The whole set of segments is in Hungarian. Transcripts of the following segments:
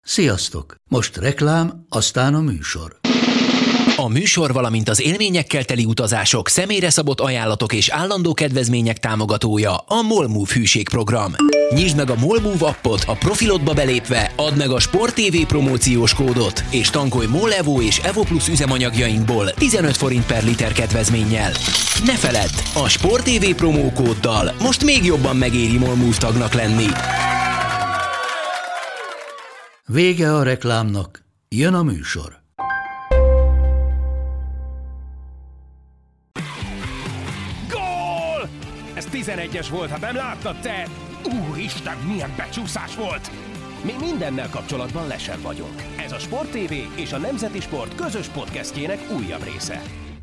Sziasztok! Most reklám, aztán a műsor. A műsor, valamint az élményekkel teli utazások, személyre szabott ajánlatok és állandó kedvezmények támogatója a MOL Move hűségprogram. Nyisd meg a MOL Move appot, a profilodba belépve add meg a Sport TV promóciós kódot, és tankolj MOL Evo és Evo Plus üzemanyagjainkból 15 forint per liter kedvezménnyel. Ne feledd, a Sport TV promókóddal most még jobban megéri MOL Move tagnak lenni. Vége a reklámnak, jön a műsor. Gól! Ez 11-es volt, ha nem láttad te! Úristen, milyen becsúszás volt! Mi mindennel kapcsolatban lesen vagyunk. Ez a Sport TV és a Nemzeti Sport közös podcastjének újabb része.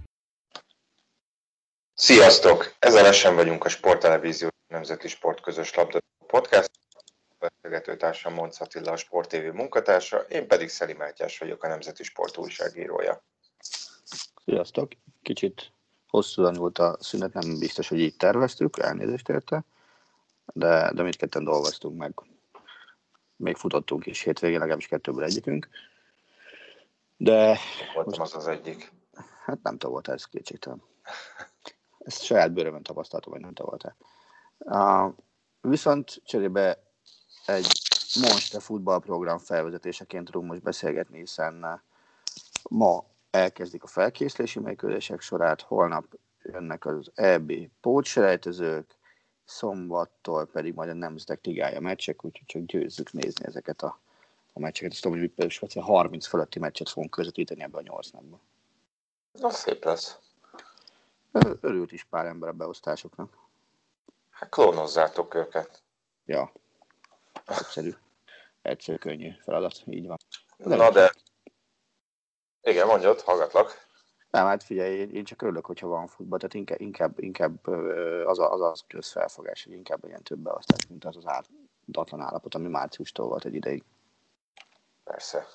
Sziasztok! Ezzel lesen vagyunk a Sporttelevízió Nemzeti Sport közös labdarúgó podcast. Beszélgetőtársam Monc Attila, a Sport TV munkatársa, én pedig Szeli Mátyás vagyok, a Nemzeti Sport újságírója. Sziasztok! Kicsit hosszúan volt a szünet, nem biztos, hogy így terveztük, elnézést érte, de mindketten dolgoztunk meg. Még futottunk is hétvégén, legalábbis kettőből egyikünk. De Voltam az egyik. Hát nem te voltál, ez kétségtelen. Ezt saját bőrömön tapasztaltam, hogy nem te voltál. Viszont cserébe egy Monster futballprogram felvezetéseként tudunk most beszélgetni, hiszen ma elkezdik a felkészülési mérkőzések sorát, holnap jönnek az EB pótselejtezők, szombattól pedig majd a Nemzetek Ligája meccsek, úgyhogy csak győzzük nézni ezeket a meccseket. Azt tudom, hogy 30 fölötti meccset fogunk közvetíteni ebbe a 8 napba. Na, szép lesz. Örült is pár ember a beosztásoknak. Hát klónozzátok őket. Ja, egyszerű, könnyű feladat, így van. De... Igen, mondjad, hallgatlak. Nem, hát figyelj, én csak örülök, hogyha van futball, tehát inkább az közfelfogás, hogy inkább legyen több beosztás, mint az áldatlan állapot, ami márciustól volt egy ideig. Persze.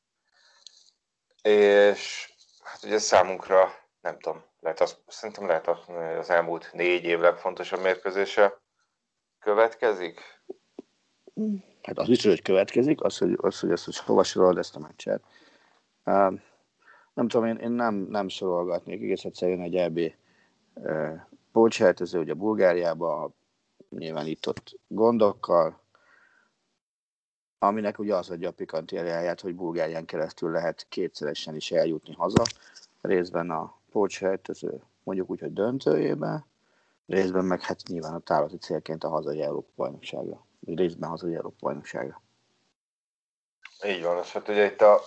És hát ugye számunkra, nem tudom, szerintem lehet az elmúlt 4 év legfontosabb mérkőzése következik. Hát az biztos, hogy következik, hogy hova sorolod ezt a meccset. Nem tudom, én nem sorolgatnék, egész egyszerűen egy EB pótselejtező, ugye Bulgáriába, nyilván itt-ott gondokkal, aminek ugye az adja a pikanteriáját, hogy Bulgárián keresztül lehet kétszeresen is eljutni haza, részben a pótselejtező mondjuk úgy, hogy döntőjébe, részben meg hát nyilván a távlati célként a hazai Európa-bajnokságra, vagy részben hazai Európa-bajnokságra. Így van, és hát ugye itt a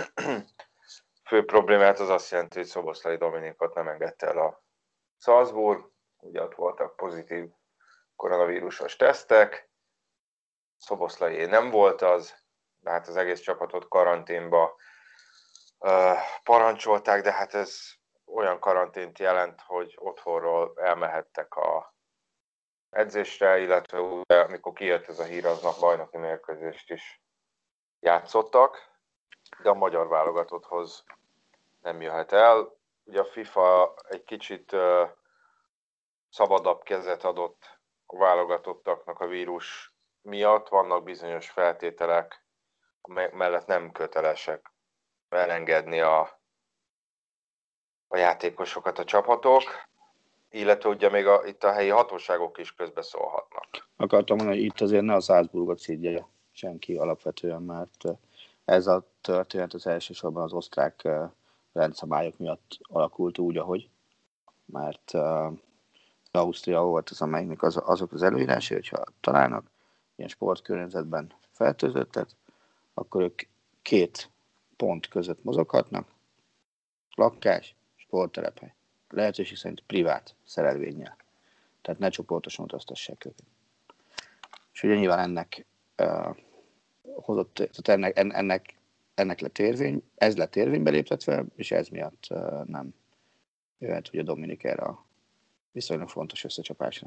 fő problémát az azt jelenti, hogy Szoboszlai Dominikot nem engedte el a Salzburg, ugye ott voltak pozitív koronavírusos tesztek, Szoboszlaié nem volt az, de hát az egész csapatot karanténba parancsolták, de hát ez olyan karantént jelent, hogy otthonról elmehettek a edzésre, illetve ugye, amikor kijött ez a hír, aznap bajnoki mérkőzést is játszottak, de a magyar válogatotthoz nem jöhet el. Ugye a FIFA egy kicsit szabadabb kezet adott a válogatottaknak a vírus miatt. Vannak bizonyos feltételek, mellett nem kötelesek elengedni a játékosokat a csapatok, illetve ugye még itt a helyi hatóságok is közbeszólhatnak. Akartam mondani, hogy itt azért ne a Salzburgot szidja senki alapvetően, mert ez a történet az elsősorban az osztrák rendszabályok miatt alakult úgy, ahogy, mert Ausztria volt az, amelynek azok az előírásai, hogyha találnak ilyen sportkörnyezetben fertőzöttet, akkor ők 2 pont között mozoghatnak, lakás, sporttelephely, lehetőség szerint privát szerelvénnyel, tehát ne csoportosan utaztassák őket. És ugye nyilván ennek hozott, tehát ennek lett érvény, ez lett érvénybe léptetve, és ez miatt nem jöhet ugye Dominik erre a viszonylag fontos összecsapásra.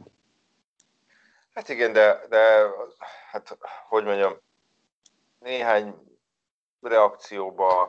Hát igen, de hát, hogy mondjam, néhány reakcióban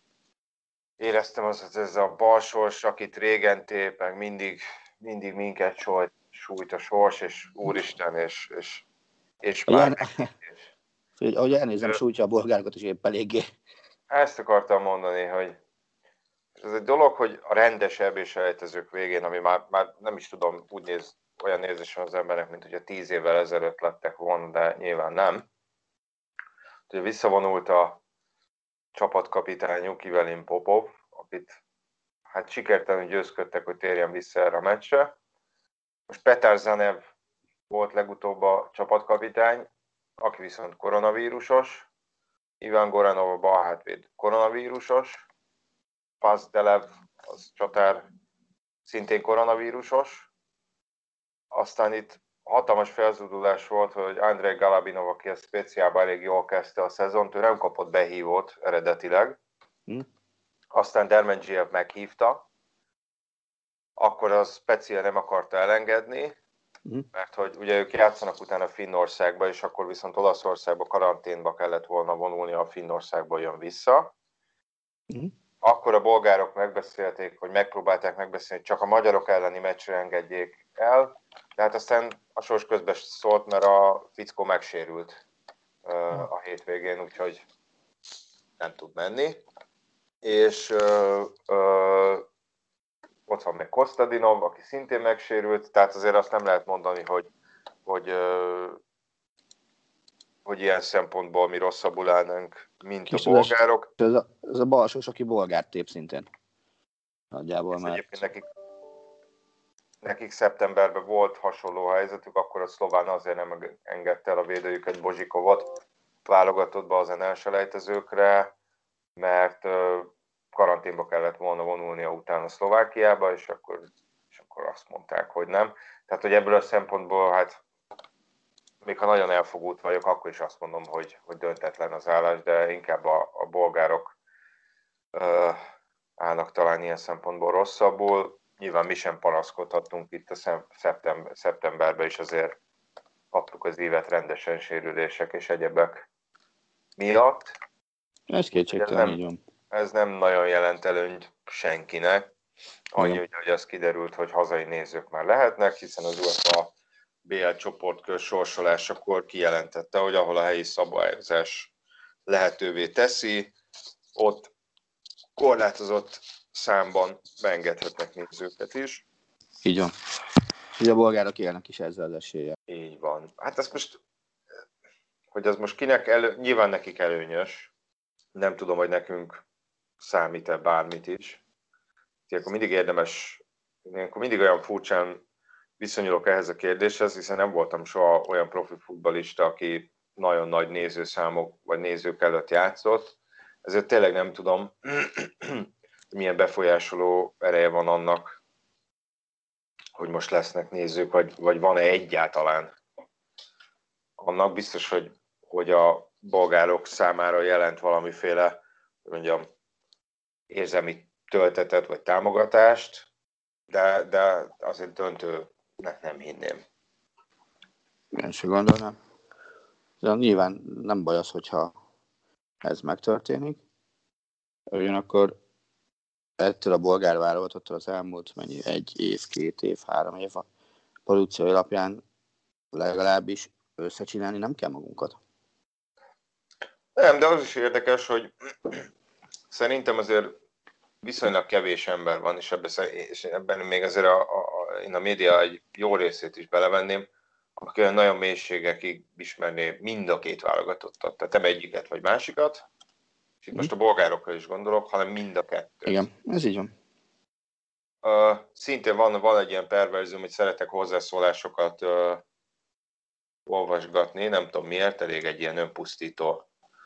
éreztem azt, hogy ez a balsors, akit régen tép, meg mindig minket sújt a sors, és úristen, és már... Ahogy elnézem, sújtja a bolgárokat is épp eléggé. Ezt akartam mondani, hogy ez egy dolog, hogy a rendes EB-selejtezők végén, ami már nem is tudom, olyan nézés van az embernek, mint hogyha 10 évvel ezelőtt lettek volna, de nyilván nem. Ugye visszavonult a csapatkapitányuk, Ivelin Popov, akit hát sikertelenül győzködtek, hogy térjen vissza erre a meccsre. Most Petar Zanev volt legutóbb a csapatkapitány, aki viszont koronavírusos. Ivan Goranov a balhátvéd koronavírusos. Pazdelev, az csatár, szintén koronavírusos. Aztán itt hatalmas felzúdulás volt, hogy Andrei Galabinov, aki a Speciában elég jól kezdte a szezont, ő nem kapott behívót eredetileg. Aztán Dermenzsiev meghívta, akkor az Specia nem akarta elengedni, mert hogy ugye ők játszanak utána Finnországba, és akkor viszont Olaszországba karanténba kellett volna vonulni, a Finnországból jön vissza. Akkor a bolgárok megpróbálták megbeszélni, hogy csak a magyarok elleni meccsre engedjék el, de hát aztán a sors közben szólt, mert a fickó megsérült a hétvégén, úgyhogy nem tud menni. És ott van még Kostadinov, aki szintén megsérült, tehát azért azt nem lehet mondani, hogy ilyen szempontból mi rosszabbul állnánk, mint a bolgárok. Ez a balsós, aki bolgárt tép szintén. Nagyjából már. Egyébként nekik szeptemberben volt hasonló helyzetük, akkor a szlován azért nem engedte el a védőjüket, Bozsikovot válogatottba az NL-selejtezőkre, mert karanténba kellett volna vonulnia utána Szlovákiába, és akkor azt mondták, hogy nem. Tehát, hogy ebből a szempontból, hát még ha nagyon elfogult vagyok, akkor is azt mondom, hogy döntetlen az állás, de inkább a bolgárok állnak talán ilyen szempontból rosszabbul. Nyilván mi sem panaszkodhattunk itt a szeptemberben is, azért kaptuk az évet rendesen sérülések és egyebek miatt. Ez kétségtelen, így van. Ez nem nagyon jelent előnyt senkinek. Annyi, hogy az kiderült, hogy hazai nézők már lehetnek, hiszen az UEFA BL csoportkör sorsolásakor kijelentette, hogy ahol a helyi szabályozás lehetővé teszi, ott korlátozott számban beengedhetnek nézőket is. Így van. Ugye a bolgárok élnek is ezzel az eséllyel. Így van. Hát ez most, hogy az most kinek nyilván nekik előnyös. Nem tudom, hogy nekünk számít-e bármit is. Akkor mindig érdemes, akkor mindig olyan furcsán viszonyulok ehhez a kérdéshez, hiszen nem voltam soha olyan profi futballista, aki nagyon nagy nézőszámok vagy nézők előtt játszott. Ezért tényleg nem tudom, milyen befolyásoló ereje van annak, hogy most lesznek nézők, vagy van-e egyáltalán. Annak biztos, hogy a bolgárok számára jelent valamiféle, hogy mondjam, érzelmi töltetet vagy támogatást, de azért döntőnek nem hinném. Én sem gondolnám. De nyilván nem baj az, hogyha ez megtörténik. Ugyanakkor ettől a bolgár válogatottól az elmúlt 1 év, 2 év, 3 év a produkció alapján legalábbis összecsinálni nem kell magunkat. Nem, de az is érdekes, hogy szerintem azért viszonylag kevés ember van, és ebben még azért én a média egy jó részét is belevenném, aki olyan nagyon mélységekig ismerné mind a két válogatottat, tehát nem egyiket vagy másikat, és itt most a bolgárokra is gondolok, hanem mind a kettőt. Igen, ez így van. Szintén van egy ilyen perverzium, hogy szeretek hozzászólásokat olvasgatni, nem tudom miért, elég egy ilyen önpusztító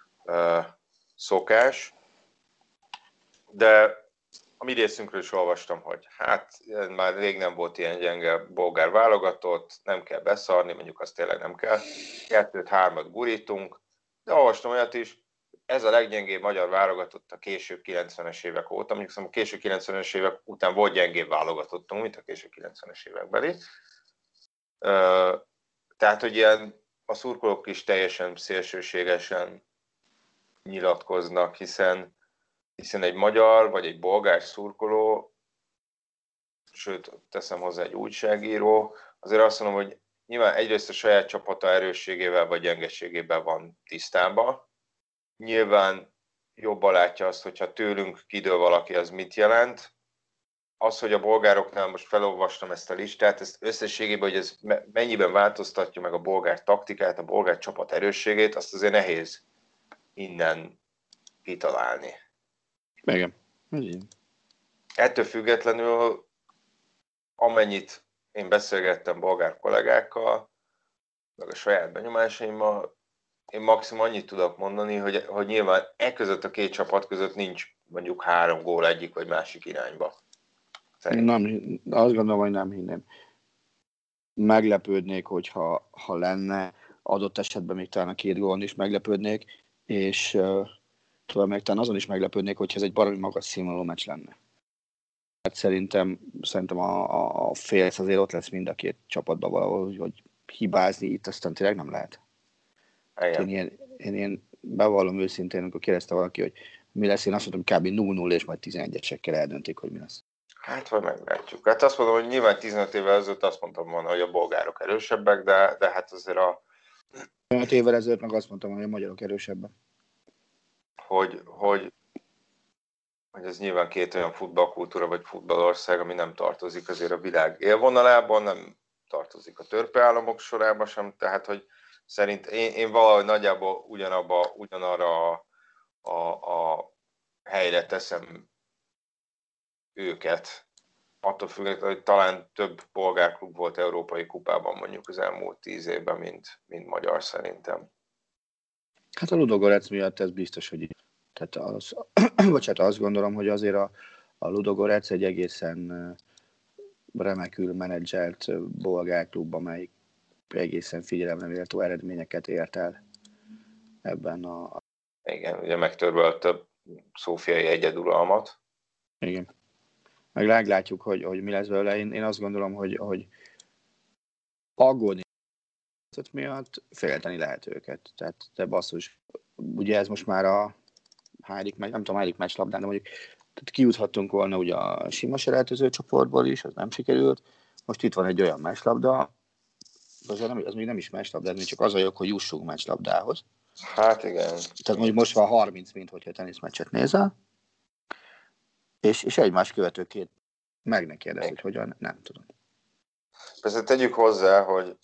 szokás, de a mi részünkről is olvastam, hogy hát már rég nem volt ilyen gyenge bolgár válogatott, nem kell beszarni, mondjuk azt tényleg nem kell, 2-3 gurítunk, de olvastam olyat is, ez a leggyengébb magyar válogatott a késő 90-es évek óta, mondjuk szóval a késő 90-es évek után volt gyengébb válogatottunk, mint a késő 90-es évekbeli. Tehát, hogy ilyen a szurkolók is teljesen szélsőségesen nyilatkoznak, hiszen egy magyar vagy egy bolgár szurkoló, sőt, teszem hozzá egy újságíró, azért azt mondom, hogy nyilván egyrészt a saját csapata erősségével vagy gyengeségével van tisztában. Nyilván jobban látja azt, hogyha tőlünk kidől valaki, az mit jelent. Az, hogy a bolgároknál most felolvastam ezt a listát, ezt összességében, hogy ez mennyiben változtatja meg a bolgár taktikát, a bolgár csapat erősségét, azt azért nehéz innen kitalálni. Igen. Ettől függetlenül, amennyit én beszélgettem bolgár kollégákkal, meg a saját benyomásaimmal, én maximum annyit tudok mondani, hogy nyilván között a két csapat között nincs mondjuk 3 gól egyik vagy másik irányba. Nem, azt gondolom, hogy nem hinném. Meglepődnék, hogyha lenne, adott esetben még talán a 2 gólon is meglepődnék, és tovább még talán azon is meglepődnék, hogyha ez egy baromi magas színvonalú meccs lenne. Hát szerintem a félsz azért ott lesz mind a két csapatban valahol, hogy hibázni itt aztán tényleg nem lehet. Én bevallom őszintén, amikor kérdezte valaki, hogy mi lesz, én azt mondtam, kb. 0-0 és majd 11-esekkel eldöntik, hogy mi lesz. Hát vagy meglátjuk. Hát azt mondom, hogy nyilván 15 évvel ezelőtt azt mondtam volna, hogy a bolgárok erősebbek, de hát azért 5 évvel ezelőtt meg azt mondtam, hogy a magyarok erősebbek. Hogy ez nyilván két olyan futballkultúra vagy futballország, ami nem tartozik azért a világ élvonalában, nem tartozik a törpeállamok sorába sem, tehát hogy szerint én valahogy nagyjából ugyanarra a helyre teszem őket. Attól függetlenül, hogy talán több bolgárklub volt európai kupában mondjuk az elmúlt 10 évben, mint magyar szerintem. Hát a Ludogorec miatt ez biztos, hogy így. Tehát azt gondolom, hogy azért a Ludogorec egy egészen remekül menedzselt bolgár klub, amelyik egészen figyelemre méltó eredményeket ért el ebben a... Igen, ugye megtörvölte szófiai egyeduralmat. Igen. Meg meglátjuk, hogy mi lesz vele. Én azt gondolom, hogy aggódni miatt félteni lehet őket. Tehát te basszus, ugye ez most már a hányadik meccslabdán, de mondjuk tehát kijuthattunk volna ugye a sima selejtező csoportból is, az nem sikerült. Most itt van egy olyan meccslabda, az még nem is meccslabda, ez még csak az a jog, hogy jussunk meccslabdához. Hát igen. Tehát mondjuk most van 30, mint hogyha teniszmeccset nézel, és egymás követő két meg ne kérdez, hogy hogyan, nem tudom. Persze tegyük hozzá, hogy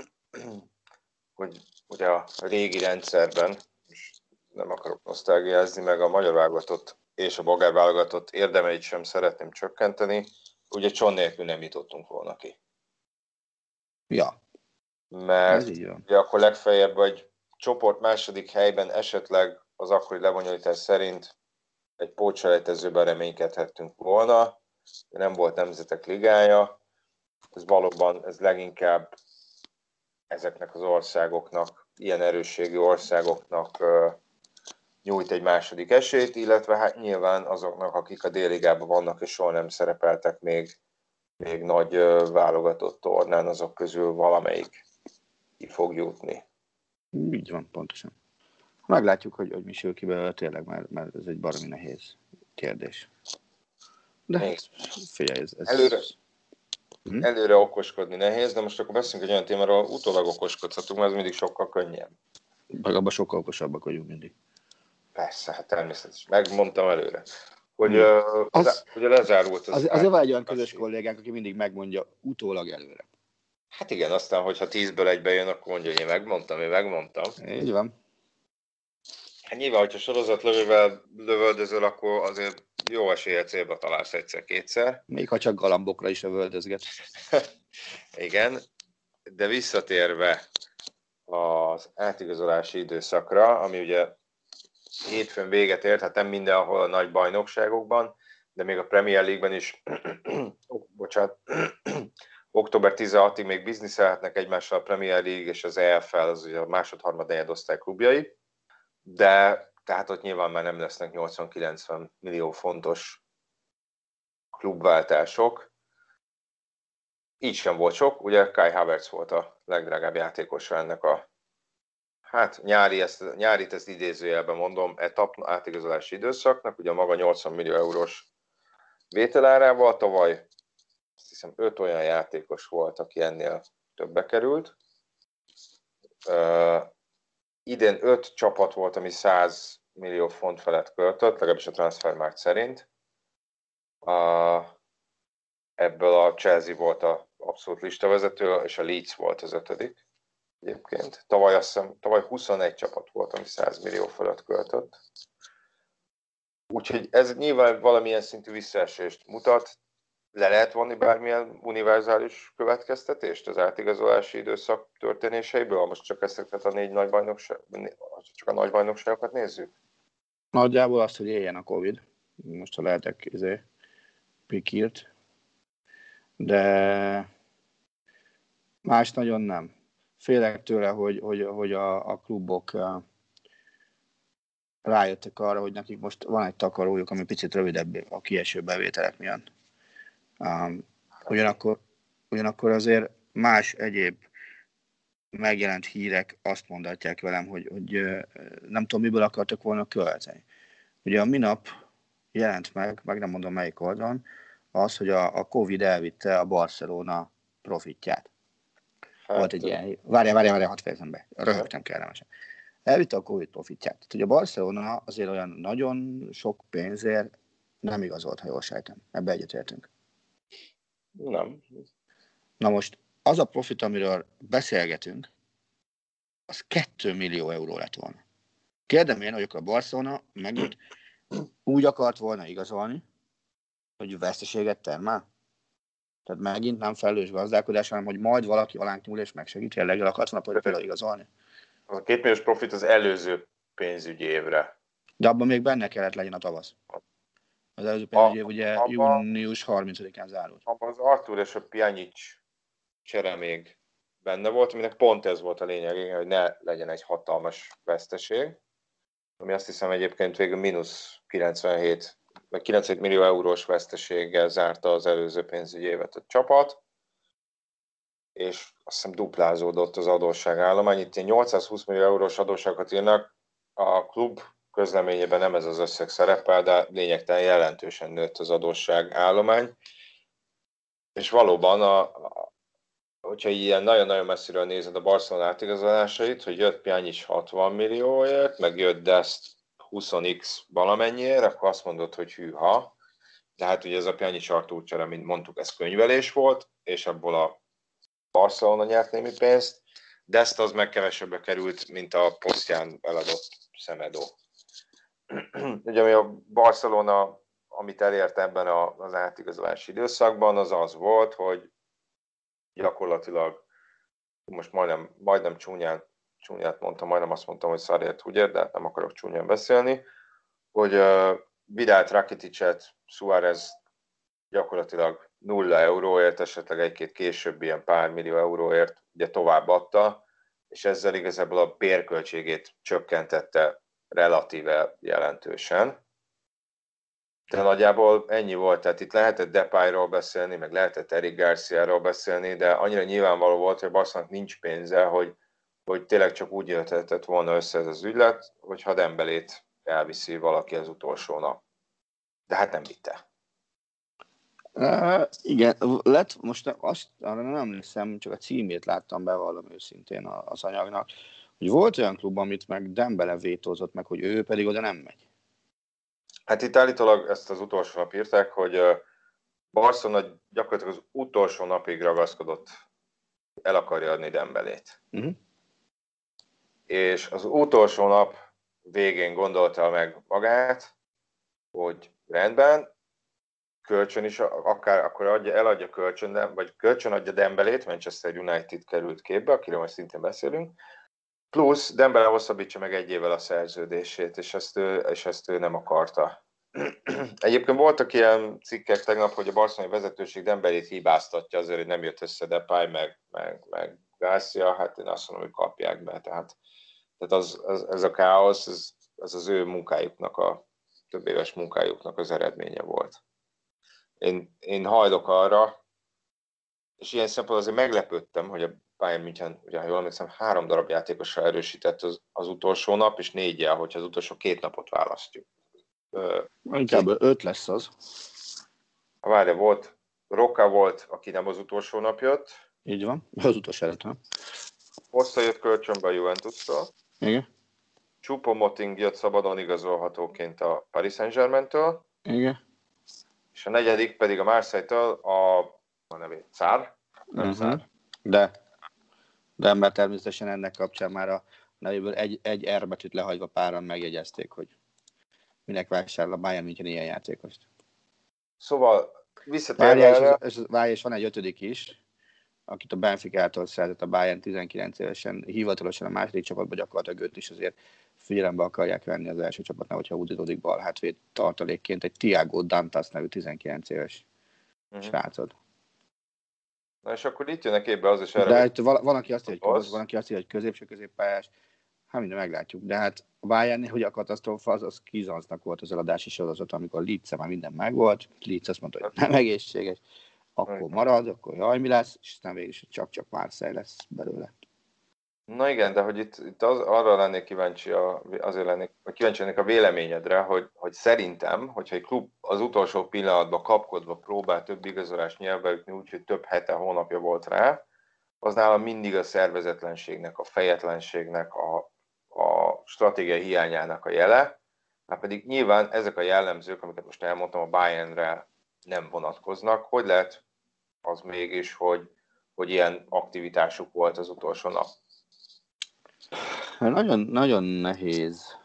ugye a régi rendszerben, és nem akarok nosztalgiázni, meg a magyar válogatott és a bolgár válogatott érdemeit sem szeretném csökkenteni, ugye Cson nélkül nem jutottunk volna ki. Ja. Mert ugye akkor legfeljebb vagy csoport második helyben esetleg az akkori lebonyolítás szerint egy pótselejtezőben reménykedhettünk volna, de nem volt Nemzetek Ligája. Ez valóban, ez leginkább ezeknek az országoknak, ilyen erősségű országoknak nyújt egy második esélyt, illetve hát nyilván azoknak, akik a D-ligában vannak és soha nem szerepeltek még nagy válogatott tornán, azok közül valamelyik ki fog jutni. Így van, pontosan. Meglátjuk, hogy mi sül ki belőle tényleg, mert ez egy baromi nehéz kérdés. De hát, figyelj, ez... Előre okoskodni nehéz, de most akkor beszélünk egy olyan témáról, utólag okoskodhatunk, mert ez mindig sokkal könnyebb. Meg abban sokkal okosabbak vagyunk mindig. Persze, hát természetesen. Megmondtam előre, hogy lezárult az... Azért van egy olyan közös kollégánk, aki mindig megmondja utólag előre. Hát igen, aztán, hogyha 10-ből 1-be jön, akkor mondja, hogy én megmondtam. Így van. Hát nyilván, hogyha sorozatlövővel lövöldözöl, akkor azért jó eséllyel célba találsz egyszer-kétszer. Még ha csak galambokra is lövöldözget. Igen, de visszatérve az átigazolási időszakra, ami ugye hétfőn véget ért, hát nem mindenhol a nagy bajnokságokban, de még a Premier League-ben is, október 16-ig még bizniszelhetnek egymással a Premier League és az EFL, az ugye a másod-harmad negyedosztály klubjai, de tehát ott nyilván már nem lesznek 80-90 millió fontos klubváltások. Így sem volt sok, ugye Kai Havertz volt a legdrágább játékosa ennek a nyárit ezt idézőjelben mondom, etap átigazolási időszaknak, ugye maga 80 millió eurós vételárával, tavaly azt hiszem 5 olyan játékos volt, aki ennél többbe került. Idén 5 csapat volt, ami 100 millió font felett költött, legalábbis a Transfermarkt szerint. Ebből a Chelsea volt az abszolút listavezető, és a Leeds volt az 5. egyébként. Tavaly 21 csapat volt, ami 100 millió felett költött. Úgyhogy ez nyilván valamilyen szintű visszaesést mutat. Le lehet vonni bármilyen univerzális következtetést az átigazolási időszak történéseiből? Most csak ezeket a 4 csak a nagy bajnokságokat nézzük? Nagyjából azt, hogy éljen a Covid. Most ha lehetek pikírt. De más nagyon nem. Félek tőle, hogy a klubok rájöttek arra, hogy nekik most van egy takarójuk, ami picit rövidebb a kieső bevételek miatt. Ugyanakkor azért más egyéb megjelent hírek azt mondatják velem, hogy nem tudom, miből akartak volna költeni. Ugye a minap jelent meg nem mondom melyik oldalon, az, hogy a Covid elvitte a Barcelona profitját. Volt egy ilyen... Várjál, hadd fejezem be. Röhögtem kellemesen. Elvitte a Covid profitját. Tehát, hogy a Barcelona azért olyan nagyon sok pénzért nem igazolt, ha jól sejtem. Ebbe egyetértünk. Nem. Na most az a profit, amiről beszélgetünk, az 2 millió euró lett volna. Kérdem én, hogy akkor a Barcelona megint úgy akart volna igazolni, hogy veszteséget termel? Tehát megint nem felelős gazdálkodás, hanem hogy majd valaki alánk nyúl és megsegíti, jelleggel akart volna például igazolni. A 2 milliós profit az előző pénzügyi évre. De abban még benne kellett legyen a tavasz. Az előző pénzügyi év ugye június 30-án zárult. Abban az Artur és a Pjanic csere még benne volt, aminek pont ez volt a lényeg, hogy ne legyen egy hatalmas veszteség, ami azt hiszem egyébként végül mínusz 97 millió eurós veszteséggel zárta az előző pénzügyi évet a csapat, és azt hiszem duplázódott az adósságállomány. Itt 820 millió eurós adósságokat írnak, a klub közleményében nem ez az összeg szerepel, de lényegtelen jelentősen nőtt az adósságállomány. És valóban, hogyha ilyen nagyon-nagyon messziről nézed a Barcelona átigazolásait, hogy jött Pjanic 60 millióért, meg jött Dest 20x valamennyiért, akkor azt mondod, hogy hűha. De hát ugye ez a Pjanic Artur csere, mint mondtuk, ez könyvelés volt, és abból a Barcelona nyert némi pénzt. Dest az meg kevesebbe került, mint a posztján eladott Semedo. Ugye ami a Barcelona, amit elért ebben az átigazolási időszakban, az az volt, hogy gyakorlatilag, most majdnem csúnyát mondtam, majdnem azt mondtam, hogy szarért húgyért, de hát nem akarok csúnyán beszélni, hogy Vidalt, Rakiticet, Suárez gyakorlatilag 0 euróért, esetleg egy-két később ilyen pár millió euróért ugye továbbadta, és ezzel igazából a bérköltségét csökkentette relatíve jelentősen. De nagyjából ennyi volt, tehát itt lehetett Depayról beszélni, meg lehetett Eric Garciáról beszélni, de annyira nyilvánvaló volt, hogy Barcelonának nincs pénze, hogy tényleg csak úgy jöhetett volna össze ez az ügylet, hogyha Dembélét elviszi valaki az utolsó nap. De hát nem vitte. Igen, lett most arra nem emlékszem, csak a címét láttam, bevallom őszintén az anyagnak, hogy volt olyan klub, amit meg Dembele vétózott meg, hogy ő pedig oda nem megy. Hát itt állítólag ezt az utolsó nap írták, hogy Barcelona gyakorlatilag az utolsó napig ragaszkodott, el akarja adni Dembélét. Uh-huh. És az utolsó nap végén gondolta meg magát, hogy rendben, kölcsön is, akár akkor eladja kölcsön, vagy kölcsön adja Dembélét, Manchester United került képbe, akiről most szintén beszélünk, plusz Dembélé hosszabbítsa meg 1 évvel a szerződését, és ezt ő nem akarta. Egyébként voltak ilyen cikkek tegnap, hogy a barcelonai vezetőség Dembélét hibáztatja azért, hogy nem jött össze Depay, meg Garcia, hát én azt mondom, hogy kapják be. Tehát ez a káosz, ez az ő munkájuknak, a több éves munkájuknak az eredménye volt. Én hajlok arra, és ilyen szempontból azért meglepődtem, hogy a Bayern München, ugye, ha jól emlékszem, 3 darab játékosra erősített az utolsó nap, és 4-jel, hogyha az utolsó 2 napot választjuk. Inkább 5 lesz az. Várja, Roca volt, aki nem az utolsó nap jött. Így van, az utolsó előtt, nem? Posta jött kölcsönbe a Juventus-tól. Igen. Choupo-Moting jött szabadon igazolhatóként a Paris Saint-Germain-től. Igen. És a negyedik pedig a Marseille-től a nevét Szár. Nem Szár. De mert természetesen ennek kapcsán már a nevéből egy R betűt lehagyva páran megjegyezték, hogy minek vásárol a Bayern München ilyen játékost. Szóval visszatérve erre... És van egy ötödik is, akit a Benficától szerzett a Bayern 19 évesen, hivatalosan a második csapatba gyakorlatilag őt is azért figyelembe akarják venni az első csapatnál, hogyha húzódik bal hátvéd tartalékként, egy Thiago Dantas nevű 19 éves srácod. Na és akkor itt jönnek képbe az is erre. De itt van, aki azt írja, hogy középső középpályás, hát minden meglátjuk. De hát a Bayernnél, hogy a katasztrófa, az Kizansznak volt az eladási sorozat, amikor Leeds-e már minden megvolt, Leeds azt mondta, hogy nem egészséges, akkor marad, akkor jaj, mi lesz, és aztán végül is csak Marseille lesz belőle. Na igen, de hogy itt arra lennék kíváncsi, azért lennék kíváncsi a véleményedre, hogy szerintem, hogyha egy klub az utolsó pillanatban kapkodva próbál több igazolást nyelvbe ütni, úgyhogy több hete, hónapja volt rá, az nálam mindig a szervezetlenségnek, a fejetlenségnek, a stratégiai hiányának a jele, már pedig nyilván ezek a jellemzők, amiket most elmondtam, a Bayernre nem vonatkoznak. Hogy lehet az mégis, hogy ilyen aktivitásuk volt az utolsó nap? Nagyon, nagyon nehéz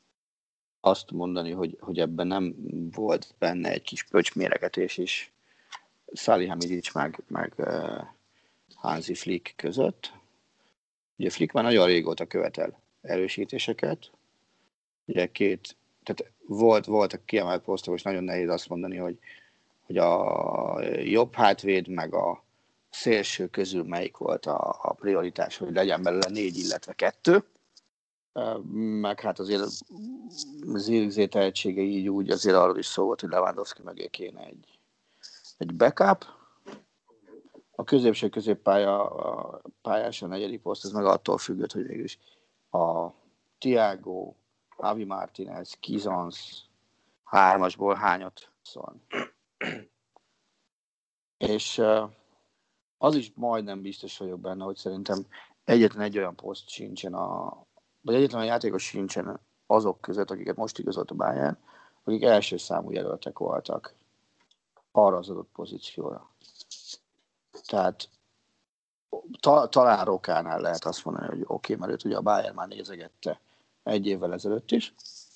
azt mondani, hogy ebben nem volt benne egy kis pöcsméregetés is Salihamidzic meg Hansi Flick között. Ugye Flick már nagyon régóta követel erősítéseket. Ugye tehát voltak kiemelt posztok, és nagyon nehéz azt mondani, hogy a jobb hátvéd meg a szélső közül melyik volt a prioritás, hogy legyen belőle 4, illetve 2. Meg hát azért az Zirkzee tehetsége így úgy azért arról is szó volt, hogy Lewandowski mögé kéne egy backup. A középső középpályás a negyedik poszt, ez meg attól függött, hogy végül is a Thiago, Javi Martinez, Kizansz 3-asból hányat szól. És az is majdnem biztos vagyok benne, hogy szerintem egyetlen egy olyan poszt sincsen, vagy egyetlen olyan játékos sincsen azok között, akiket most igazolt a Bayern, akik első számú jelöltek voltak arra az adott pozícióra. Tehát talán Rokánál lehet azt mondani, hogy oké, mert őt ugye a Bayern már nézegette egy évvel ezelőtt is,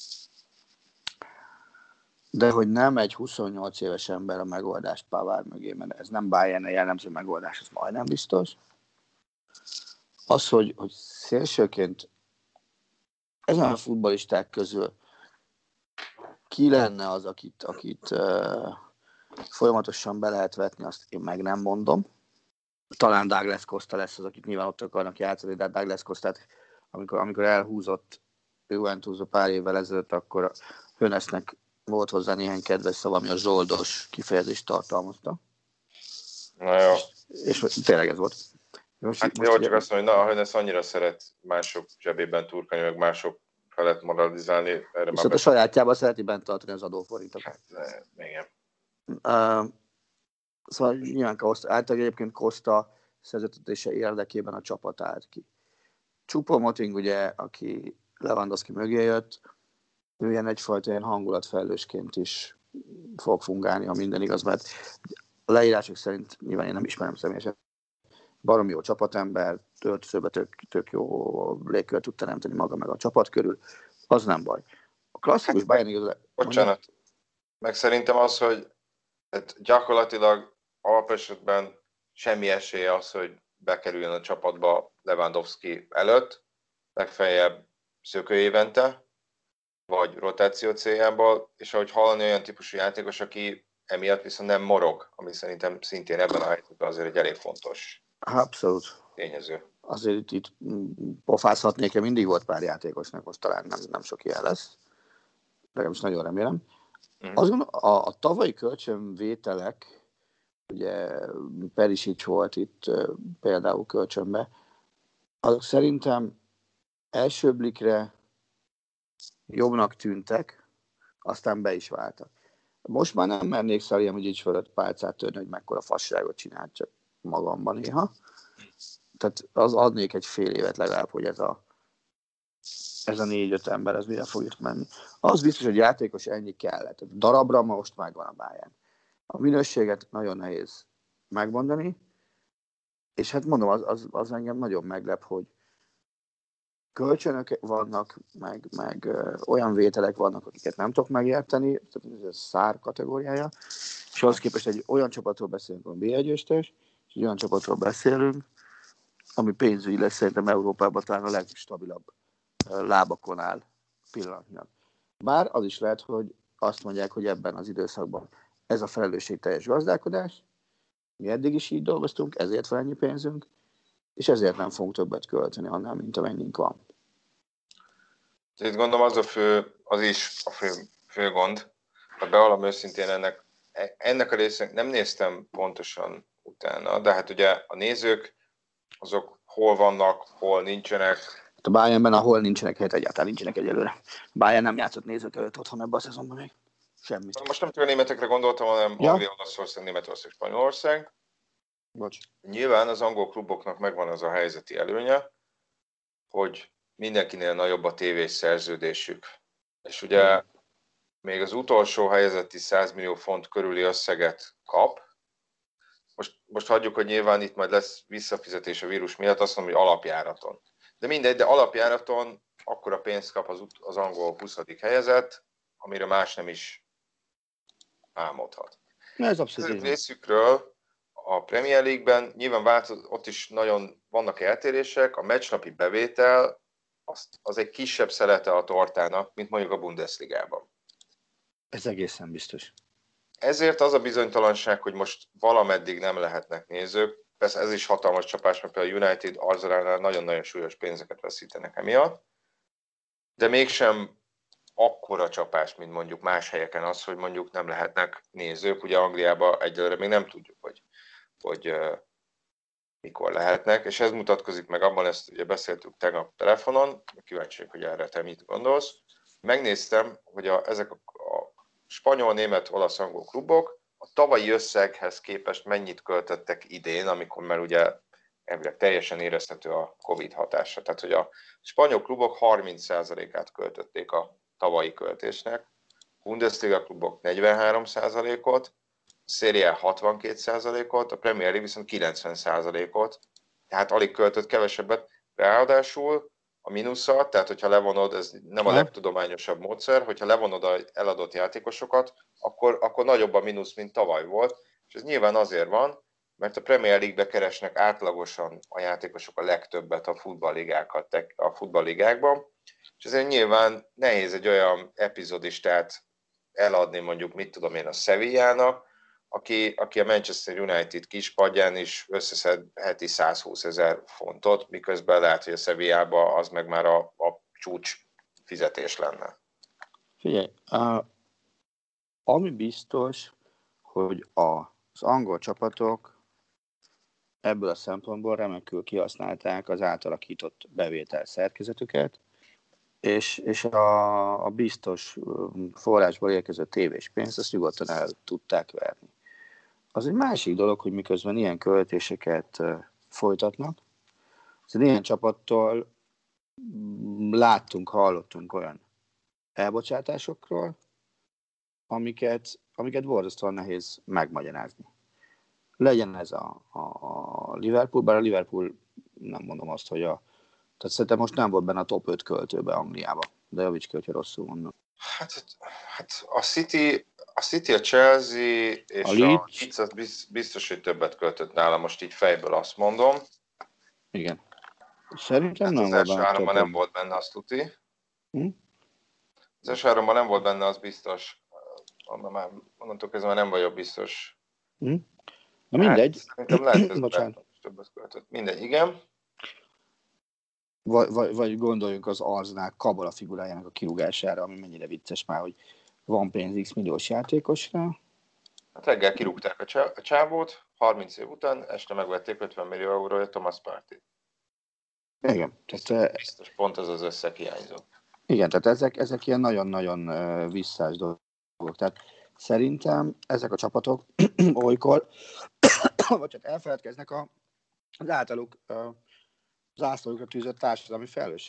de hogy nem egy 28 éves ember a megoldást Pavard mögé, mert ez nem Bayern jellemző megoldás, ez majdnem biztos. Az, hogy szélsőként ezen a futballisták közül ki lenne az, akit folyamatosan be lehet vetni, azt én meg nem mondom. Talán Douglas Costa lesz az, akit nyilván ott akarnak játszani, de Douglas Costát, amikor elhúzott Juventusba pár évvel ezelőtt, akkor Hönesnek volt hozzá néhány kedves szava, ami a zsoldos kifejezést tartalmazta. Na jó. És tényleg ez volt. Hát jó, csak azt mondom, hogy a Hönes annyira szeret mások zsebében turkani, meg mások felett moralizálni. Viszont a sajátjában szereti bent tartani az adóforintokat. Hát, igen. Szóval nyilván általában egyébként Costa szerződtetése érdekében a csapat állt ki. Choupo-Moting ugye, aki Lewandowski mögé jött, ő ilyen egyfajta ilyen hangulatfejlősként is fog fungálni, ha minden igaz, mert a leírások szerint nyilván én nem ismerem személyesen. Baromi jó csapatember, öltözőben tök jó légkört tud teremteni maga meg a csapat körül, az nem baj. A klasszikus Bayern igaz... Bocsánat, meg szerintem az, hogy gyakorlatilag alapesetben semmi esélye az, hogy bekerüljön a csapatba Lewandowski előtt, legfeljebb szökő évente, vagy rotáció céljából, és ahogy hallani olyan típusú játékos, aki emiatt viszont nem morog, ami szerintem szintén ebben a helyzetben azért egy elég fontos abszolút tényező. Azért itt pofázhatnék, mindig volt pár játékosnak, most talán nem sok ilyen lesz, legalábbis nagyon remélem. Azt gondolom, a tavalyi kölcsönvételek, ugye Perisic volt itt például kölcsönbe, azok szerintem első blikre jobbnak tűntek, aztán be is váltak. Most már nem mernék Salihamidzic fölött pálcát törni, hogy mekkora fasságot csinált, csak magamban néha. Tehát az adnék egy fél évet legalább, hogy ez a 4-5 ember, ez mire fog itt menni. Az biztos, hogy játékos ennyi kellett. Darabra most megvan a Bayern. A minőséget nagyon nehéz megmondani, és hát mondom, az engem nagyon meglep, hogy kölcsönök vannak, meg olyan vételek vannak, akiket nem tudok megérteni, tehát ez a szár kategóriája, és ahhoz képest egy olyan csapatról beszélünk, ami B1-östös, és egy olyan csapatról beszélünk, ami pénzügyi lesz szerintem Európában talán a legstabilabb lábakon áll pillanatnyilag. Bár az is lehet, hogy azt mondják, hogy ebben az időszakban ez a felelősségteljes gazdálkodás, mi eddig is így dolgoztunk, ezért van ennyi pénzünk, és ezért nem fogunk többet költeni annál, mint amennyink van. Itt gondolom az a fő gond, ha bevallom őszintén ennek a résznek nem néztem pontosan utána, de hát ugye a nézők azok hol vannak, hol nincsenek. A Bayernben, ahol nincsenek helyet, egyáltalán nincsenek egyelőre. Bayern nem játszott nézők előtt otthon ebben a szezonban még. Semmit. Most nem csak a németekre gondoltam, hanem Anglia, Olaszország, Németország, Spanyolország. Bocs. Nyilván az angol kluboknak megvan az a helyzeti előnye, hogy mindenkinél nagyobb a tévés szerződésük. És ugye még az utolsó helyzeti 100 millió font körüli összeget kap. Most hagyjuk, hogy nyilván itt majd lesz visszafizetés a vírus miatt, azt mondom, hogy alapjáraton. De mindegy, de alapjáraton akkora pénzt kap az angol 20. helyezett, amire más nem is álmodhat. Ez abszolút részükről a Premier League-ben nyilván ott is nagyon vannak eltérések, a meccsnapi bevétel az egy kisebb szelete a tortának, mint mondjuk a Bundesligában. Ez egészen biztos. Ezért az a bizonytalanság, hogy most valameddig nem lehetnek nézők, persze ez is hatalmas csapás, mert például a United Arsenalnál nagyon-nagyon súlyos pénzeket veszítenek emiatt, de mégsem akkora csapás, mint mondjuk más helyeken az, hogy mondjuk nem lehetnek nézők. Ugye Angliában egyelőre még nem tudjuk, hogy mikor lehetnek, és ez mutatkozik meg abban, ezt ugye beszéltük tegnap telefonon, kíváncsiak, hogy erre te mit gondolsz. Megnéztem, hogy ezek a spanyol, német, olasz, angol klubok a tavalyi összeghez képest mennyit költöttek idén, amikor már ugye elvileg teljesen érezhető a Covid hatása. Tehát, hogy a spanyol klubok 30%-át költötték a tavalyi költésnek, Bundesliga klubok 43%-ot, a Serie A 62%-ot, a Premier League viszont 90%-ot, tehát alig költött kevesebbet. Ráadásul a mínuszat, tehát hogyha levonod, ez nem a legtudományosabb módszer, hogyha levonod az eladott játékosokat, akkor nagyobb a mínusz, mint tavaly volt, és ez nyilván azért van, mert a Premier League-be keresnek átlagosan a játékosok a legtöbbet a futballligákban, és ezért nyilván nehéz egy olyan epizodistát eladni mondjuk, mit tudom én, a Sevillának, aki a Manchester United kispadján is összeszed heti 120 000 fontot, miközben lehet, hogy a Sevillában az meg már a csúcs fizetés lenne. Figyelj, ami biztos, hogy az angol csapatok ebből a szempontból remekül kihasználták az átalakított bevétel szerkezetüket, és a biztos forrásból érkező tévés pénzt azt nyugodtan el tudták verni. Az egy másik dolog, hogy miközben ilyen költéseket folytatnak, az ilyen csapattól hallottunk olyan elbocsátásokról, amiket borzasztóan nehéz megmagyarázni. Legyen ez a Liverpool, bár a Liverpool nem mondom azt, hogy tehát szerintem most nem volt benne a top 5 költőbe Angliába, de javíts ki, hogyha rosszul mondom. Hát a City, a Chelsea és a Leeds biztos, hogy többet költött nála, most így fejből azt mondom. Igen. Szerintem nem az első háromban nem volt benne, azt tuti. Az első háromban nem volt benne, az biztos. Onnantól kezdve nem vagyok biztos. Na mindegy. Szerintem lehet, hogy többet költött. Mindegy, igen. Vagy gondoljunk az Arsenal Kabala figurájának a kirúgására, ami mennyire vicces már, hogy van pénz X milliós játékosra. Hát reggel kirúgták a csávót, 30 év után, este megvették 50 millió euróért Thomas Partey. Igen. Tehát, biztos pont az összeg hiányzott. Igen, tehát ezek ilyen nagyon-nagyon visszás dolgok. Tehát szerintem ezek a csapatok olykor elfeledkeznek az általuk zászlójukra tűzött társadalmi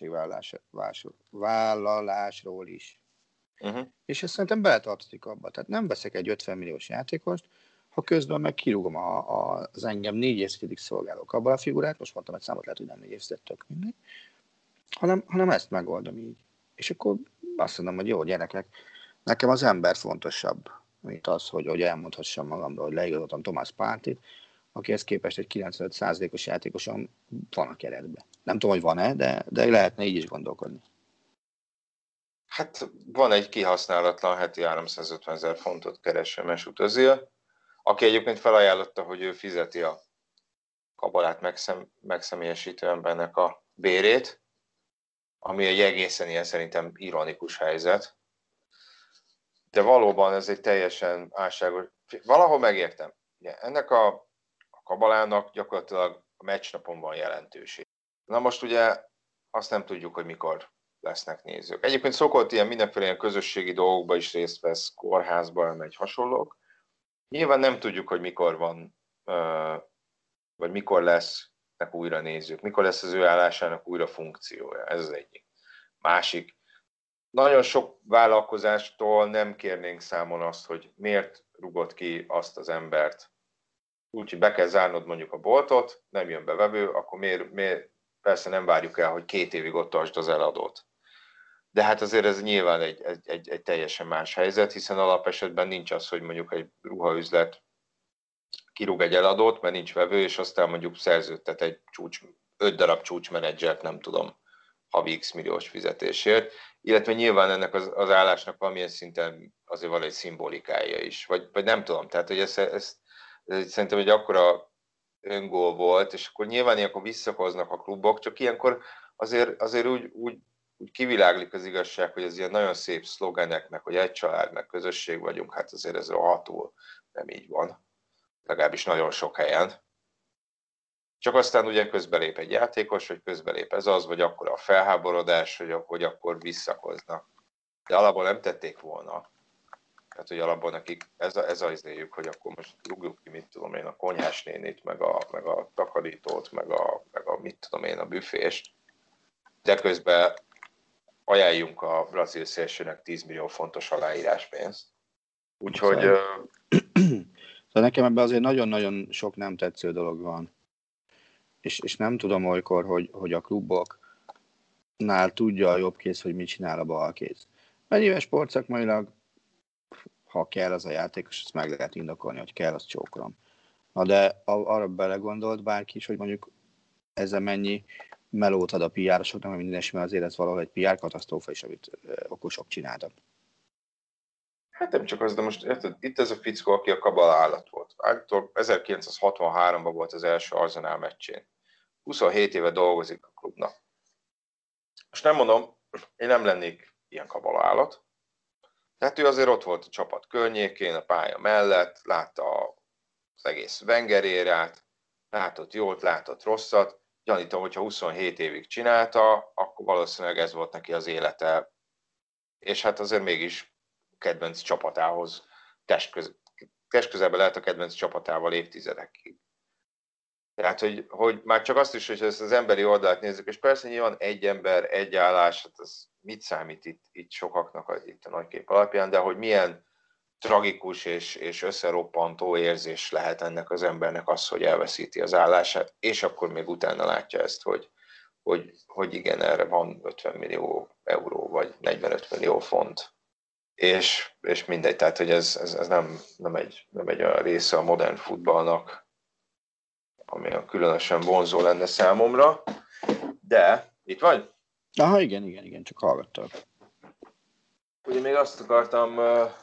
felelősségvállalásról is. Uh-huh. És ez szerintem beletartozik abba. Tehát nem veszek egy 50 milliós játékost, ha közben meg kirúgom az engem 4 évtizedig szolgáló kabalafigurát, most mondtam egy számot, lehet, hogy nem 4 évtized, tök mindegy, hanem ezt megoldom így. És akkor azt mondom, hogy jó, gyerekek, nekem az ember fontosabb, mint az, hogy elmondhassam magamról, hogy leigazoltam Thomas Parteyt, akihez képest egy 95%-os játékosom van a keretben. Nem tudom, hogy van-e, de lehetne így is gondolkodni. Hát van egy kihasználatlan heti 350 000 fontot kereső Mesut Özil, aki egyébként felajánlotta, hogy ő fizeti a kabalát megszemélyesítő embernek a bérét, ami egy egészen ilyen szerintem ironikus helyzet. De valóban ez egy teljesen álságos... Valahol megértem. Ugye, ennek a kabalának gyakorlatilag a meccsnapon van jelentőség. Na most ugye azt nem tudjuk, hogy mikor lesznek nézők. Egyébként szokott ilyen mindenféle ilyen közösségi dolgokba is részt vesz, kórházba elmegy, hasonlók. Nyilván nem tudjuk, hogy mikor van, vagy mikor lesznek újra nézők, mikor lesz az ő állásának újra funkciója. Ez az egyik. Másik. Nagyon sok vállalkozástól nem kérnénk számon azt, hogy miért rugott ki azt az embert. Úgyhogy be kell zárnod mondjuk a boltot, nem jön be vevő, akkor miért persze nem várjuk el, hogy 2 évig ott tartsd az eladót. De hát azért ez nyilván egy teljesen más helyzet, hiszen alapesetben nincs az, hogy mondjuk egy ruhaüzlet kirúg egy eladót, mert nincs vevő, és aztán mondjuk szerződtet egy 5 darab csúcsmenedzsert, nem tudom, havi x milliós fizetésért. Illetve nyilván ennek az állásnak valamilyen szinten azért van egy szimbolikája is. Vagy nem tudom, tehát hogy ez szerintem egy akkora öngól volt, és akkor nyilván ilyenkor visszakoznak a klubok, csak ilyenkor azért úgy kiviláglik az igazság, hogy ez ilyen nagyon szép szlogenek, meg hogy egy család, meg közösség vagyunk, hát azért ez rohadtul nem így van. Legalábbis nagyon sok helyen. Csak aztán ugye közbelép egy játékos, vagy közbelép ez az, vagy akkor a felháborodás, hogy akkor visszakoznak. De alapból nem tették volna. Tehát, hogy alapból nekik ez az izéjük, hogy akkor most rúgjuk ki, mit tudom én, a konyhásnénit, meg a takarítót, meg a mit tudom én, a büfést. De közben ajánljunk a brazil szélsőnek 10 millió fontos aláíráspénzt. Úgyhogy... Szóval nekem ebben azért nagyon-nagyon sok nem tetsző dolog van. És nem tudom olykor, hogy a kluboknál tudja a jobb kéz, hogy mit csinál a bal kéz. Mert nyilván sportszakmailag, ha kell az a játékos, azt meg lehet indokolni, hogy kell, azt csókolom. Na de arra belegondolt bárki is, hogy mondjuk ezzel mennyi melót ad a PR-osoknak, mert minden esetben azért ez valahol egy PR-katasztrófa is, amit okosok csináltak. Hát nem csak az, de most érted, itt ez a fickó, aki a kabala állat volt. Állítólag 1963-ban volt az első Arsenal meccsén. 27 éve dolgozik a klubnak. Most nem mondom, én nem lennék ilyen kabala állat. Tehát ő azért ott volt a csapat környékén, a pálya mellett, látta az egész Wenger érát, látott jót, látott rosszat. Gyanítom, hogyha 27 évig csinálta, akkor valószínűleg ez volt neki az élete. És hát azért mégis kedvenc csapatához, testközelben lehet a kedvenc csapatával évtizedekig. Tehát, hogy már csak azt is, hogy ezt az emberi oldalt nézzük, és persze nyilván egy ember, egy állás, hát ez mit számít itt sokaknak itt a nagykép alapján, de hogy milyen tragikus és összeroppantó érzés lehet ennek az embernek az, hogy elveszíti az állását, és akkor még utána látja ezt, hogy igen, erre van 50 millió euró, vagy 45 millió font. És mindegy, tehát hogy ez nem egy olyan része a modern futballnak, ami különösen vonzó lenne számomra, de itt vagy? Aha, igen, csak hallgattam. Ugye még azt akartam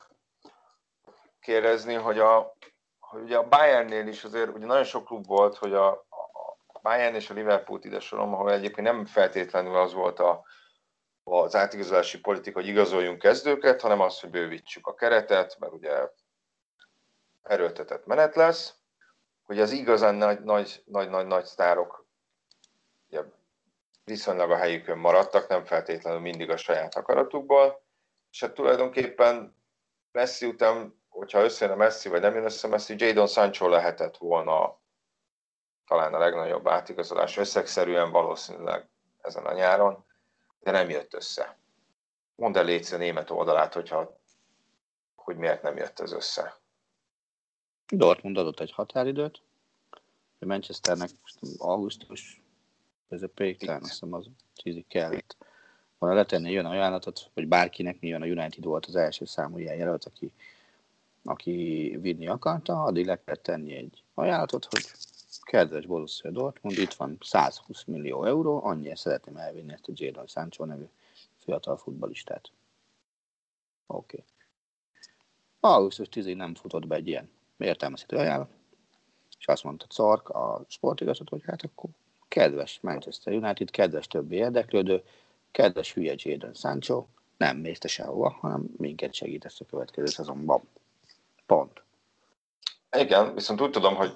kérdezni, hogy ugye a Bayernnél is azért ugye nagyon sok klub volt, hogy a Bayern és a Liverpoolt ide sorolom, ahol egyébként nem feltétlenül az volt az átigazolási politika, hogy igazoljunk kezdőket, hanem az, hogy bővítsük a keretet, mert ugye erőltetett menet lesz, hogy az igazán nagy sztárok ugye, viszonylag a helyükön maradtak, nem feltétlenül mindig a saját akaratukból, és hát tulajdonképpen Messi után hogyha összejön a Messi, vagy nem jön össze Messi, Jadon Sancho lehetett volna talán a legnagyobb átigazolás összegszerűen valószínűleg ezen a nyáron, de nem jött össze. Mondd el légy a német oldalát, hogy miért nem jött ez össze. Dortmund adott egy határidőt, a Manchesternek augusztus közepéig, talán azt hiszem az 10-ig kellett volna letenni jön ajánlatot, hogy bárkinek mi jön, a United volt az első számú ilyen jelölt, aki vinni akarta, addig le kellett tenni egy ajánlatot, hogy kedves Borussia Dortmund, itt van 120 millió euró, annyira szeretném elvinni ezt a Jadon Sancho nevű fiatal futballistát. Oké. Augusztus 10-ig nem futott be egy ilyen értelmezhető ajánlat, és azt mondta Czark, a sportigazgató, hogy hát akkor kedves Manchester United, kedves többi érdeklődő, kedves hülye Jadon Sancho, nem mész te sehova, hanem minket segítesz a következő szezonban. Pont. Igen, viszont úgy tudom, hogy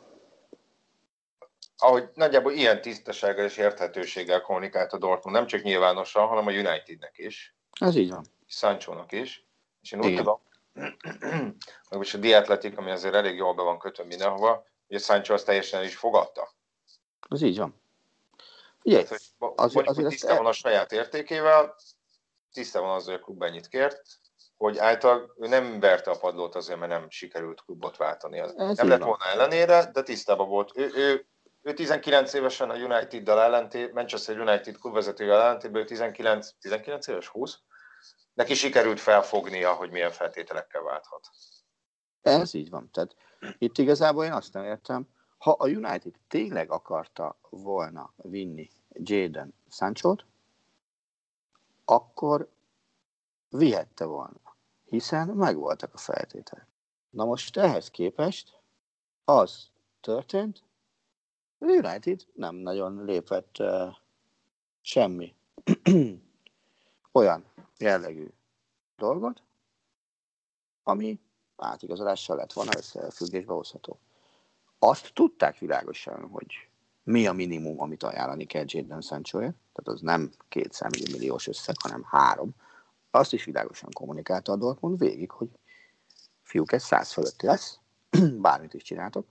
ahogy nagyjából ilyen tisztasággal és érthetőséggel kommunikált a Dortmund, nem csak nyilvánosan, hanem a Unitednek is. Ez így van. Sanchónak is. És én úgy tudom, meg most a The Athletic, ami azért elég jól be van kötve mindenhova, hogy a Sancho azt teljesen el is fogadta. Ez így van. Figyelj, azért tisztában van a saját értékével, tisztában az, hogy a klub ennyit kért, hogy által ő nem verte a padlót azért, mert nem sikerült klubot váltani. Nem lett volna ellenére, de tisztában volt. Ő 19 évesen a United-dal ellentétben, Manchester United klubvezetővel ellentétben, ő 19 éves, 20? Neki sikerült felfognia, hogy milyen feltételekkel válthat. Ez így van. Tehát itt igazából én azt nem értem, ha a United tényleg akarta volna vinni Jadon Sanchót, akkor vihette volna, hiszen megvoltak a feltételek. Na most ehhez képest az történt, a United nem nagyon lépett semmi olyan jellegű dolgot, ami átigazolással lett volna összefüggésbe hozható. Azt tudták világosan, hogy mi a minimum, amit ajánlani kell Jadon Sanchoért, tehát az nem 200 milliós összeg, hanem 3. Azt is világosan kommunikálta a Dortmund végig, hogy fiúk, ez 100 fölötti lesz, bármit is csináltok.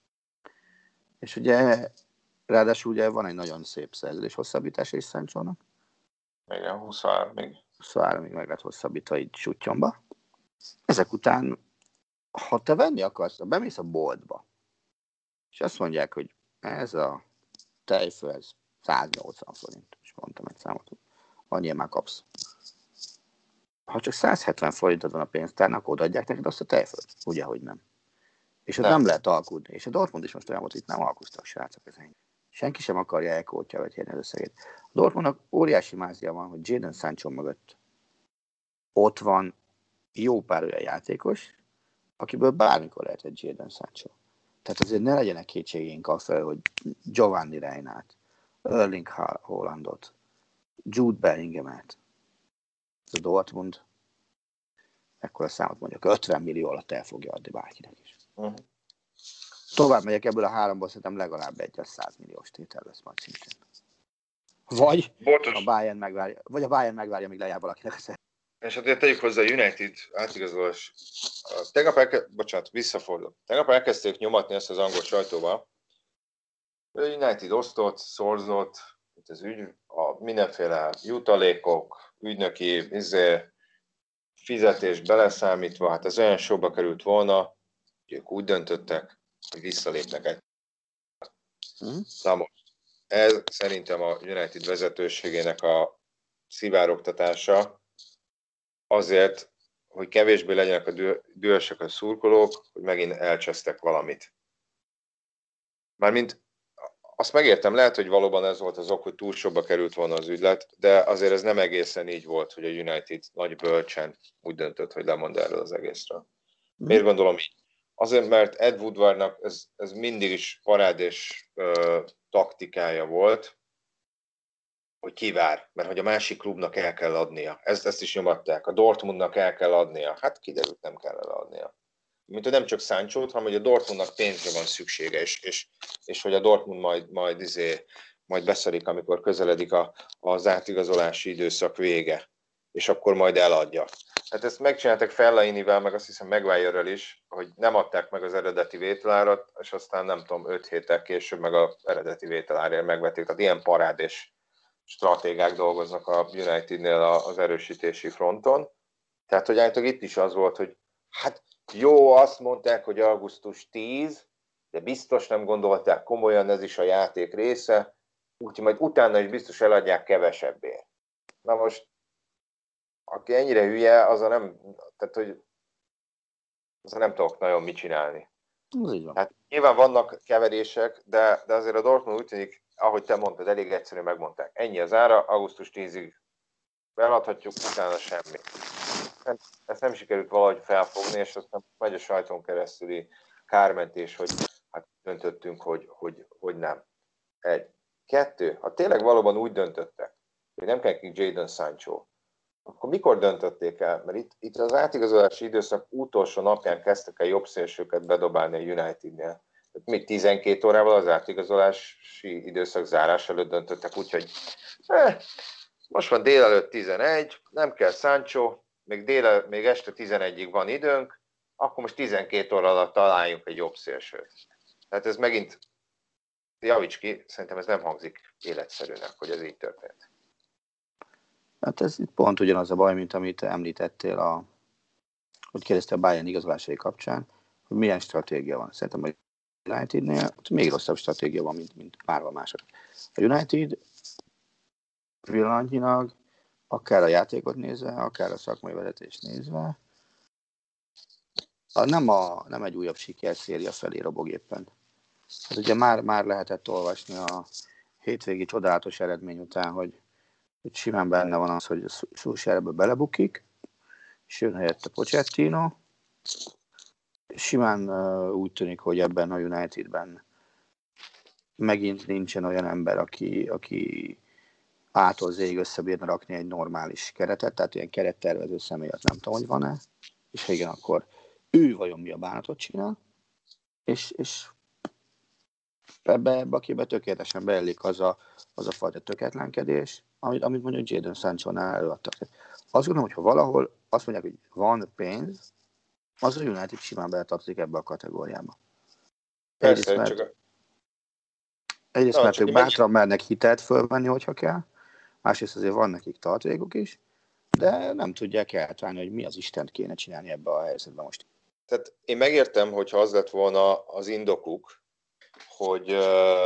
És ugye, ráadásul ugye van egy nagyon szép szerződés hosszabbítás is Sanchónak. Igen, 23-ig. 23-ig meg lett hosszabbítva így Suttyomba. Ezek után, ha te venni akarsz, bemész a boltba, és azt mondják, hogy ez a tejföl, ez 180 forint, és mondtam egy számot, annyira már kapsz. Ha csak 170 forintod van a pénztárnak, akkor odaadják neked azt a tejfölt. Ugye, hogy nem. És ott nem lehet alkudni. És a Dortmund is most olyan volt, hogy itt nem alkuztak, srácok ezen. Senki sem akarja elkótja vetélni az összegét. A Dortmundnak óriási mázia van, hogy Jadon Sancho mögött ott van jó pár olyan játékos, akiből bármikor lehet egy Jadon Sancho. Tehát azért ne legyenek kétségeink afelől, hogy Giovanni Reinhardt, Erling Haalandot, Jude Bellinghamet, ez a Dortmund ekkora számot mondjuk 50 millió alatt el fogja adni bárkinek is. Tovább megyek ebből a 3-ból, szerintem legalább egy 100 milliós tétel lesz majd szintén. Vagy a Bayern megvárja, míg lejár valakinek a szerződést. És azért tegyük hozzá a United átigazolás. Visszafordul. Tegnap elkezdték nyomatni ezt az angol sajtóba. A United osztott, szorzott, itt az ügy, a mindenféle jutalékok, ügynöki fizetés beleszámítva, hát ez olyan sokba került volna, hogy ők úgy döntöttek, hogy visszalépnek egy. Na most, ez szerintem a United vezetőségének a szivárogtatása azért, hogy kevésbé legyenek a dühösek a szurkolók, hogy megint elcsesztek valamit. Mármint azt megértem, lehet, hogy valóban ez volt az ok, hogy túl sokba került volna az ügylet, de azért ez nem egészen így volt, hogy a United nagy bölcsen úgy döntött, hogy lemond erről az egészről. Miért gondolom így? Azért, mert Ed Woodwardnak ez mindig is parádés taktikája volt, hogy kivár, mert hogy a másik klubnak el kell adnia. Ezt is nyomatták. A Dortmundnak el kell adnia. Hát kiderült, nem kell eladnia. Mint hogy nem csak Sanchót, hanem hogy a Dortmundnak pénzre van szüksége, és hogy a Dortmund majd beszarik, amikor közeledik az átigazolási időszak vége. és akkor majd eladja. Hát ezt megcsináltak Fellainivel, meg azt hiszem Maguire-rel is, hogy nem adták meg az eredeti vételárat, és aztán nem tudom, 5 héttel később meg az eredeti vételárért megvették. Tehát ilyen parádés stratégák dolgoznak a Unitednél az erősítési fronton. Tehát, hogy állítólag itt is az volt, hogy hát jó, azt mondták, hogy augusztus 10, de biztos nem gondolták komolyan, ez is a játék része, úgyhogy majd utána is biztos eladják kevesebbért. Na most, aki ennyire hülye, az nem tudok nagyon mit csinálni. Hát nyilván vannak keverések, de azért a Dortmund úgy tűnik, ahogy te mondtad, elég egyszerűen megmondták. Ennyi az ára, augusztus 10-ig beladhatjuk, utána semmi. Ezt nem sikerült valahogy felfogni, és aztán megy a sajton keresztüli kármentés, hogy hát döntöttünk, hogy nem. 1. 2. Ha tényleg valóban úgy döntöttek, hogy nem kell nekik Jadon Sancho, akkor mikor döntötték el? Mert itt az átigazolási időszak utolsó napján kezdtek el jobb szélsőket bedobálni a Unitednél. Még 12 órával az átigazolási időszak zárás előtt döntöttek, úgyhogy most van délelőtt 11, nem kell Sancho, még este 11-ig van időnk, akkor most 12 óra alatt találjunk egy jobb szélsőt. Tehát ez megint, javíts ki, szerintem ez nem hangzik életszerűnek, hogy ez így történt. Hát ez pont ugyanaz a baj, mint amit említettél, hogy kérdezte a Bayern igazolásai kapcsán, hogy milyen stratégia van. Szerintem a Unitednél még rosszabb stratégia van, mint bárhol mások. A United pillanatnyilag akár a játékot nézve, akár a szakmai vezetést nézve, nem egy újabb sikerszéria felé robog éppen. Hát ugye már lehetett olvasni a hétvégi csodálatos eredmény után, hogy simán benne van az, hogy a Solskjaerbe belebukik, és jön helyette Pochettino. Simán úgy tűnik, hogy ebben a Unitedben megint nincsen olyan ember, aki ától zéig összebírna rakni egy normális keretet, tehát ilyen kerettervező személy, az nem tudom, hogy van-e, és ha igen, akkor ő vajon mi a bánatot csinál, és ebbe a képbe tökéletesen beillik az a fajta tökéletlenkedés, amit mondjuk Jadon Sancho-nál előadtak. Azt gondolom, hogy ha valahol azt mondják, hogy van pénz, az a United simán beletartozik ebbe a kategóriába. Egyrészt, mert ők bátran mernek hitelt fölvenni, hogyha kell, másrészt azért van nekik tartalékuk is, de nem tudják eltalálni, hogy mi az Istent kéne csinálni ebbe a helyzetben most. Tehát én megértem, hogyha az lett volna az indokuk, hogy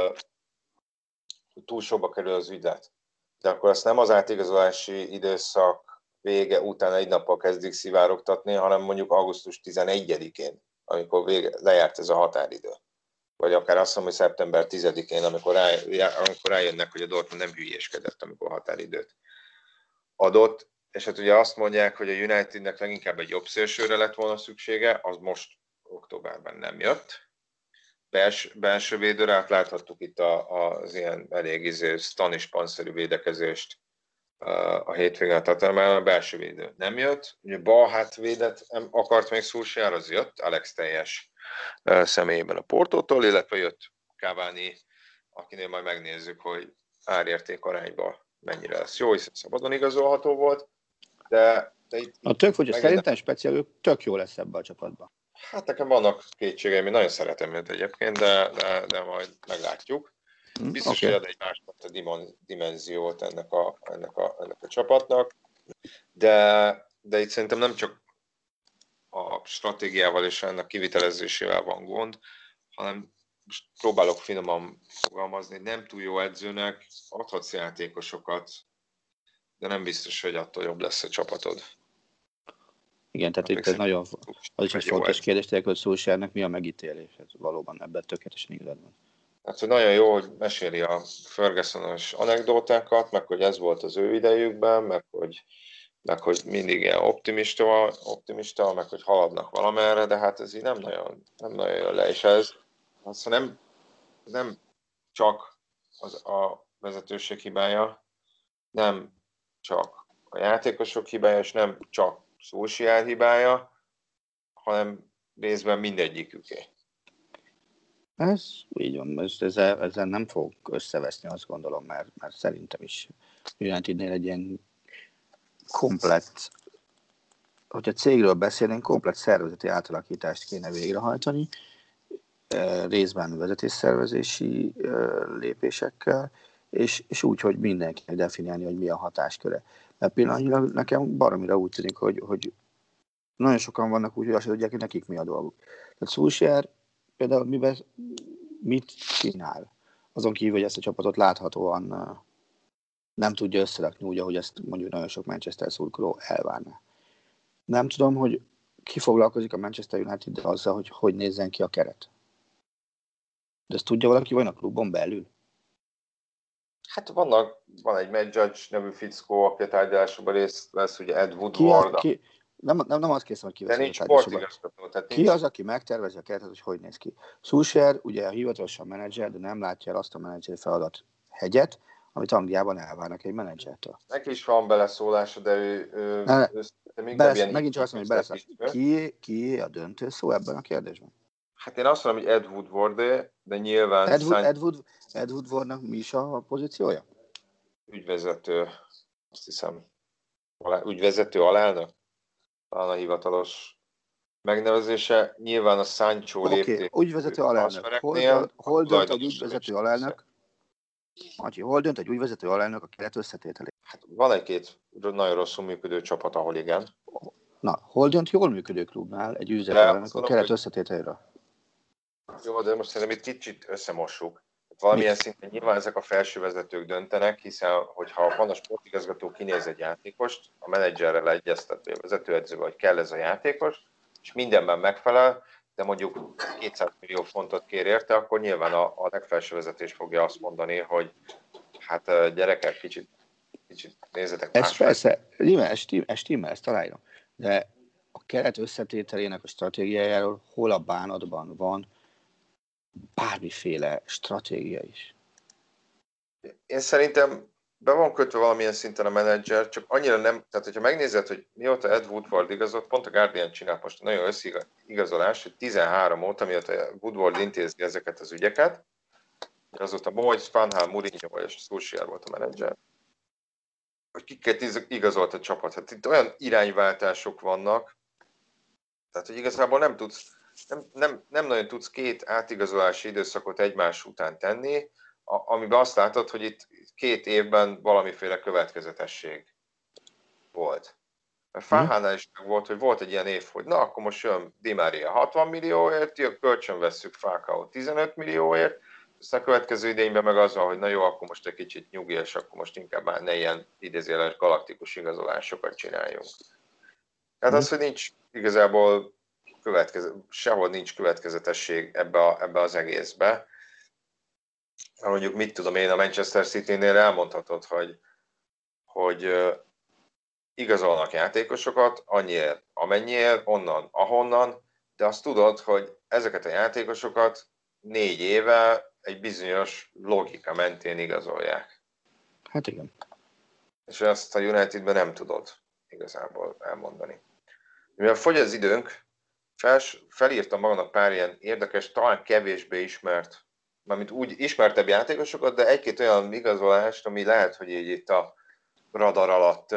túl sokba kerül az ügylet. De akkor azt nem az átigazolási időszak vége után egy nappal kezdik szivárogtatni, hanem mondjuk augusztus 11-én, amikor lejárt ez a határidő. Vagy akár azt mondom, hogy szeptember 10-én, amikor rájönnek, hogy a Dortmund nem hülyéskedett, amikor határidőt adott. És hát ugye azt mondják, hogy a Unitednek leginkább egy jobb szélsőre lett volna szüksége, az most októberben nem jött. Belső védőre, hát láthattuk itt az ilyen elég Stanispan-szerű védekezést a hétvégén a Tottenhamben, a belső védő nem jött. Ugye bal hátvédet akart még Solskjaer, az jött, Alex teljes személyében a Portótól, illetve jött Cavani, akinél majd megnézzük, hogy árérték arányban mennyire lesz jó, hiszen szabadon igazolható volt. De itt a tök fogyó, szerintem speciál, tök jó lesz ebbe a csapatban. Hát nekem vannak kétségeim, én nagyon szeretem őt egyébként, de majd meglátjuk. Biztos, hogy ad egy másfajta dimenziót ennek a csapatnak, de itt szerintem nem csak a stratégiával és ennek kivitelezésével van gond, hanem most próbálok finoman fogalmazni, nem túl jó edzőnek adhatsz játékosokat, de nem biztos, hogy attól jobb lesz a csapatod. Igen, tehát itt ez nagyon, az is egy fontos kérdés, hogy Solskjaernek mi a megítélés, ez valóban ebben tökéletesen igazad van. Hát, hogy nagyon jó, hogy meséli a Ferguson-os anekdótákat, meg hogy ez volt az ő idejükben, meg hogy mindig ilyen optimista, meg hogy haladnak valamerre, de hát ez így nem nagyon jön le, és ez nem csak a vezetőség hibája, nem csak a játékosok hibája, és nem csak Solskjaer hibája, hanem részben mindegyiküké. Ez így van, ezzel nem fog összeveszni, azt gondolom, mert szerintem is Unitednél egy ilyen komplett, hogyha cégről beszélnénk, komplett szervezeti átalakítást kéne végrehajtani, részben vezetésszervezési lépésekkel, és úgy, hogy mindenkinek definiálni, hogy mi a hatásköre. Mert pillanatnyilag nekem baromira úgy tűnik, hogy nagyon sokan vannak úgy, hogy azt tudják, hogy nekik mi a dolguk. Tehát Solskjaer például mit csinál? Azon kívül, hogy ezt a csapatot láthatóan nem tudja összerakni úgy, ahogy ezt mondjuk nagyon sok Manchester szurkoló elvárná. Nem tudom, hogy ki foglalkozik a Manchester United azzal, hogy nézzen ki a keret. De ezt tudja valaki, vagy a klubon belül? Hát van egy Matt Judge nevű fickó, aki a tárgyalásokban részt vesz, ugye Ed Woodward. Nem azt kérdezem, hogy ki vesz de nincs a tárgyalásokban. sportigazgató. Ki az, aki megtervezi a keretet, hogy néz ki? Solskjaer ugye hivatalosan menedzser, de nem látja el azt a menedzser feladat hegyet, amit Angliában elvárnak egy menedzsertől. Neki is van beleszólása, de ő megint csak azt mondom, hogy beleszólás. Ki a döntő szó ebben a kérdésben? Hát én azt mondom, hogy Ed Woodward, de nyilván... Ed Woodwardnak mi is a pozíciója? Ügyvezető, azt hiszem. Ügyvezető alelnök? Talán a hivatalos megnevezése. Nyilván a Sancho lépték. Ügyvezető alelnök. Hol dönt egy ügyvezető alelnök? Matyi, hol dönt egy ügyvezető alelnök a keret összetételét? Hát van egy-két nagyon rosszul működő csapat, ahol igen. Na, hol dönt jól működő klubnál egy ügyvezető alelnök a keret összetételéről? Jó, de most szerintem itt kicsit összemossuk. Valamilyen szinten nyilván ezek a felső vezetők döntenek, hiszen hogyha van a sportigazgató kinéz egy játékost, a menedzserrel egyeztető, a vezetőedzővel, hogy kell ez a játékos, és mindenben megfelel, de mondjuk 200 millió fontot kér érte, akkor nyilván a legfelső vezetés fogja azt mondani, hogy hát gyerekek, kicsit nézzetek másra. Ez persze, ez stimmel, ezt találom. De a keret összetételének a stratégiájáról hol a bánatban van bármiféle stratégia is? Én szerintem be van kötve valamilyen szinten a menedzser, csak annyira nem, tehát hogyha megnézed, hogy mióta Ed Woodward igazolt, pont a Guardian csinált most nagyon összigazolás, hogy 13 óta, mióta Woodward intézi ezeket az ügyeket, azóta Moyes, Van Gaal, Mourinho és Solskjaer volt a menedzser, hogy kiket igazolt a csapat. Hát itt olyan irányváltások vannak, tehát hogy igazából nem nagyon tudsz két átigazolási időszakot egymás után tenni, amiben azt látod, hogy itt 2 évben valamiféle következetesség volt. Mert Fahánál is volt, hogy volt egy ilyen év, hogy na, akkor most jön Di Maria 60 millióért, kölcsön vesszük Falcao 15 millióért, aztán a következő idényben meg az van, hogy na jó, akkor most egy kicsit nyugi, és akkor most inkább már ne ilyen idézőjeles galaktikus igazolásokat csináljunk. Tehát az, hogy nincs igazából sehol nincs következetesség ebbe az egészbe. Mondjuk mit tudom én, a Manchester City-nél elmondhatod, hogy igazolnak játékosokat annyiért, amennyiért, onnan, ahonnan, de azt tudod, hogy ezeket a játékosokat 4 éve egy bizonyos logika mentén igazolják. Hát igen. És ezt a Unitedben nem tudod igazából elmondani. Mivel fogy az időnk, felírtam magamnak pár ilyen érdekes, talán kevésbé ismert, mármint úgy ismertebb játékosokat, de egy-két olyan igazolást, ami lehet, hogy így itt a radar alatt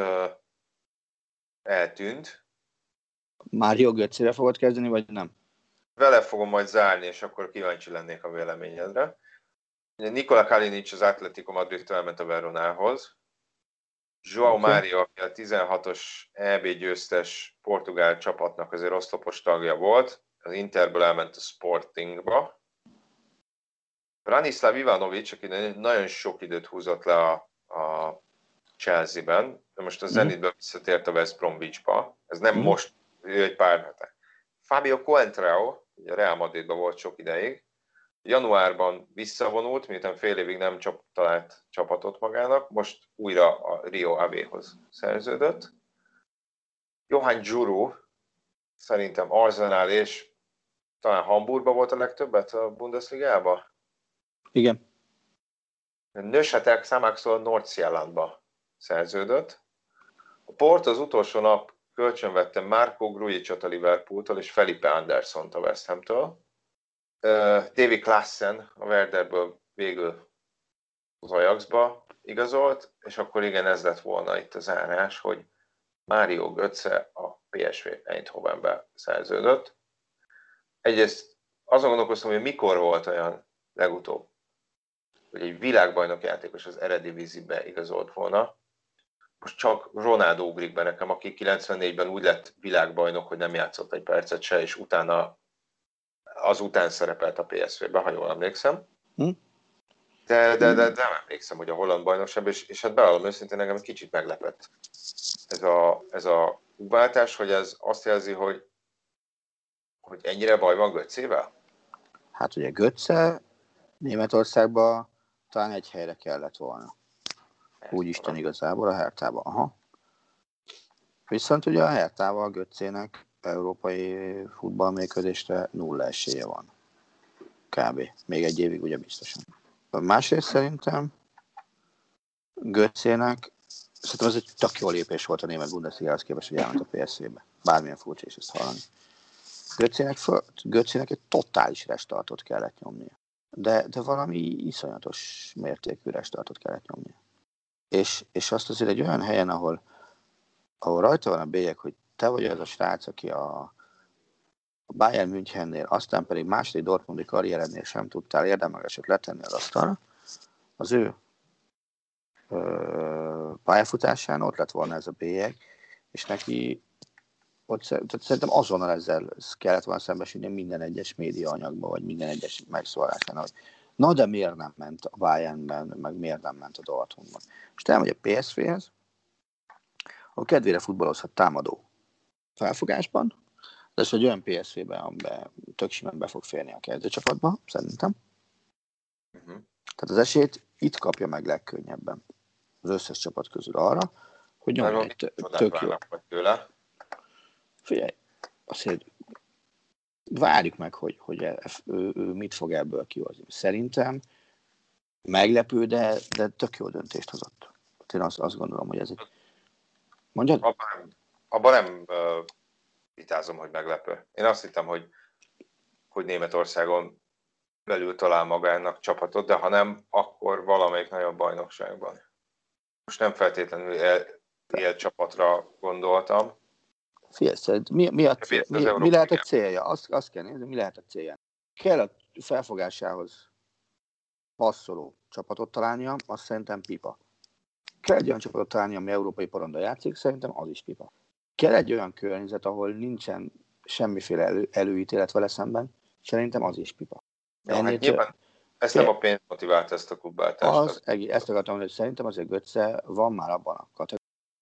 eltűnt. Mário Götzére fogod kezdeni, vagy nem? Vele fogom majd zárni, és akkor kíváncsi lennék a véleményedre. Nikola Kalinic az Atletico Madridtől elment a Veronához. João Mário, aki a 16-os EB győztes portugál csapatnak azért oszlopos tagja volt, az Interből elment a Sportingba. Branislav Ivanovic, aki nagyon sok időt húzott le a Chelsea-ben, de most a Zenitbe visszatért a West Bromwichba. Ez nem most, egy pár hete. Fabio Coentrao, ugye a Real Madridban volt sok ideig, januárban visszavonult, miután fél évig nem talált csapatot magának, most újra a Rio Ave-hoz szerződött. Johan Djourou, szerintem Arsenal és talán Hamburgban volt a legtöbbet a Bundesligában. Igen. Neuchâtel Xamaxol Nordsjællandba szerződött. A Port az utolsó nap kölcsönvette Marco Grujicsot a Liverpooltól és Felipe Andersont a West Hamtől. Davy Klaassen a Werderből végül az Ajaxba igazolt, és akkor igen, ez lett volna itt az zárás, hogy Mário Götze a PSV Eindhovenbe szerződött. Egyrészt azon gondolkoztam, hogy mikor volt olyan legutóbb, hogy egy világbajnok játékos az Eredivisie-be igazolt volna. Most csak Ronaldo ugrik be nekem, aki 94-ben úgy lett világbajnok, hogy nem játszott egy percet se, és utána azután szerepelt a PSV-be, ha jól emlékszem. De nem emlékszem, hogy a holland bajnokságban, és hát bevallom őszintén, engem egy kicsit meglepett ez a váltás, hogy ez azt jelzi, hogy ennyire baj van Götzével? Hát ugye Götze Németországban talán egy helyre kellett volna. Úgy Isten igazából a Herthában. Aha. Viszont ugye a Herthával Götzének európai futballműködésre 0 esélye van. Kb. Még egy évig ugye biztosan. Másrészt szerintem Götzének szerintem ez egy tök jó lépés volt a német Bundesligához képest, hogy elment a PSV-be. Bármilyen furcsa is ezt hallani. Götzének egy totális restartot kellett nyomnia. De valami iszonyatos mértékű restartot kellett nyomnia. És azt azért egy olyan helyen, ahol rajta van a bélyeg, hogy te vagy az a srác, aki a Bayern Münchennél, aztán pedig második dortmundi karrierednél sem tudtál érdemlegeset letenni az asztalra, az ő pályafutásán ott lett volna ez a bélyeg, és neki szerintem azonnal ezzel kellett volna szembesülni minden egyes média anyagban, vagy minden egyes megszólásán, hogy na de miért nem ment a Bayernben, meg miért nem ment a Dortmundban. Most elmegy a PSV-hez, ahol kedvére futballozhat támadó felfogásban, de ez egy olyan PSV-ben, amiben tök simán be fog férni a kezdőcsapatba, szerintem. Tehát az esélyt itt kapja meg legkönnyebben az összes csapat közül arra, hogy nyomja egy tök jó. Figyelj, azért várjuk meg, hogy ő mit fog ebből kihozni. Szerintem meglepő, de tök jó döntést hozott. Én azt gondolom, hogy ez egy... Mondjad? Abban nem vitázom, hogy meglepő. Én azt hittem, hogy Németországon belül talál magának csapatot, de ha nem, akkor valamelyik nagyobb bajnokságban. Most nem feltétlenül él csapatra gondoltam. Figyelj, mi lehet a célja? Azt kell nézni, mi lehet a célja. Kell a felfogásához passzoló csapatot találnia, azt szerintem pipa. Kell egy olyan csapatot találni, ami európai porondon játszik, szerintem az is pipa. Kell egy olyan környezet, ahol nincsen semmiféle előítélet vele szemben, szerintem az is pipa. Ja, hát nyilván ezt nem a pénz motivált ezt a klubváltást. Ezt akartam mondani, hogy szerintem azért Götze van már abban a kategóriában,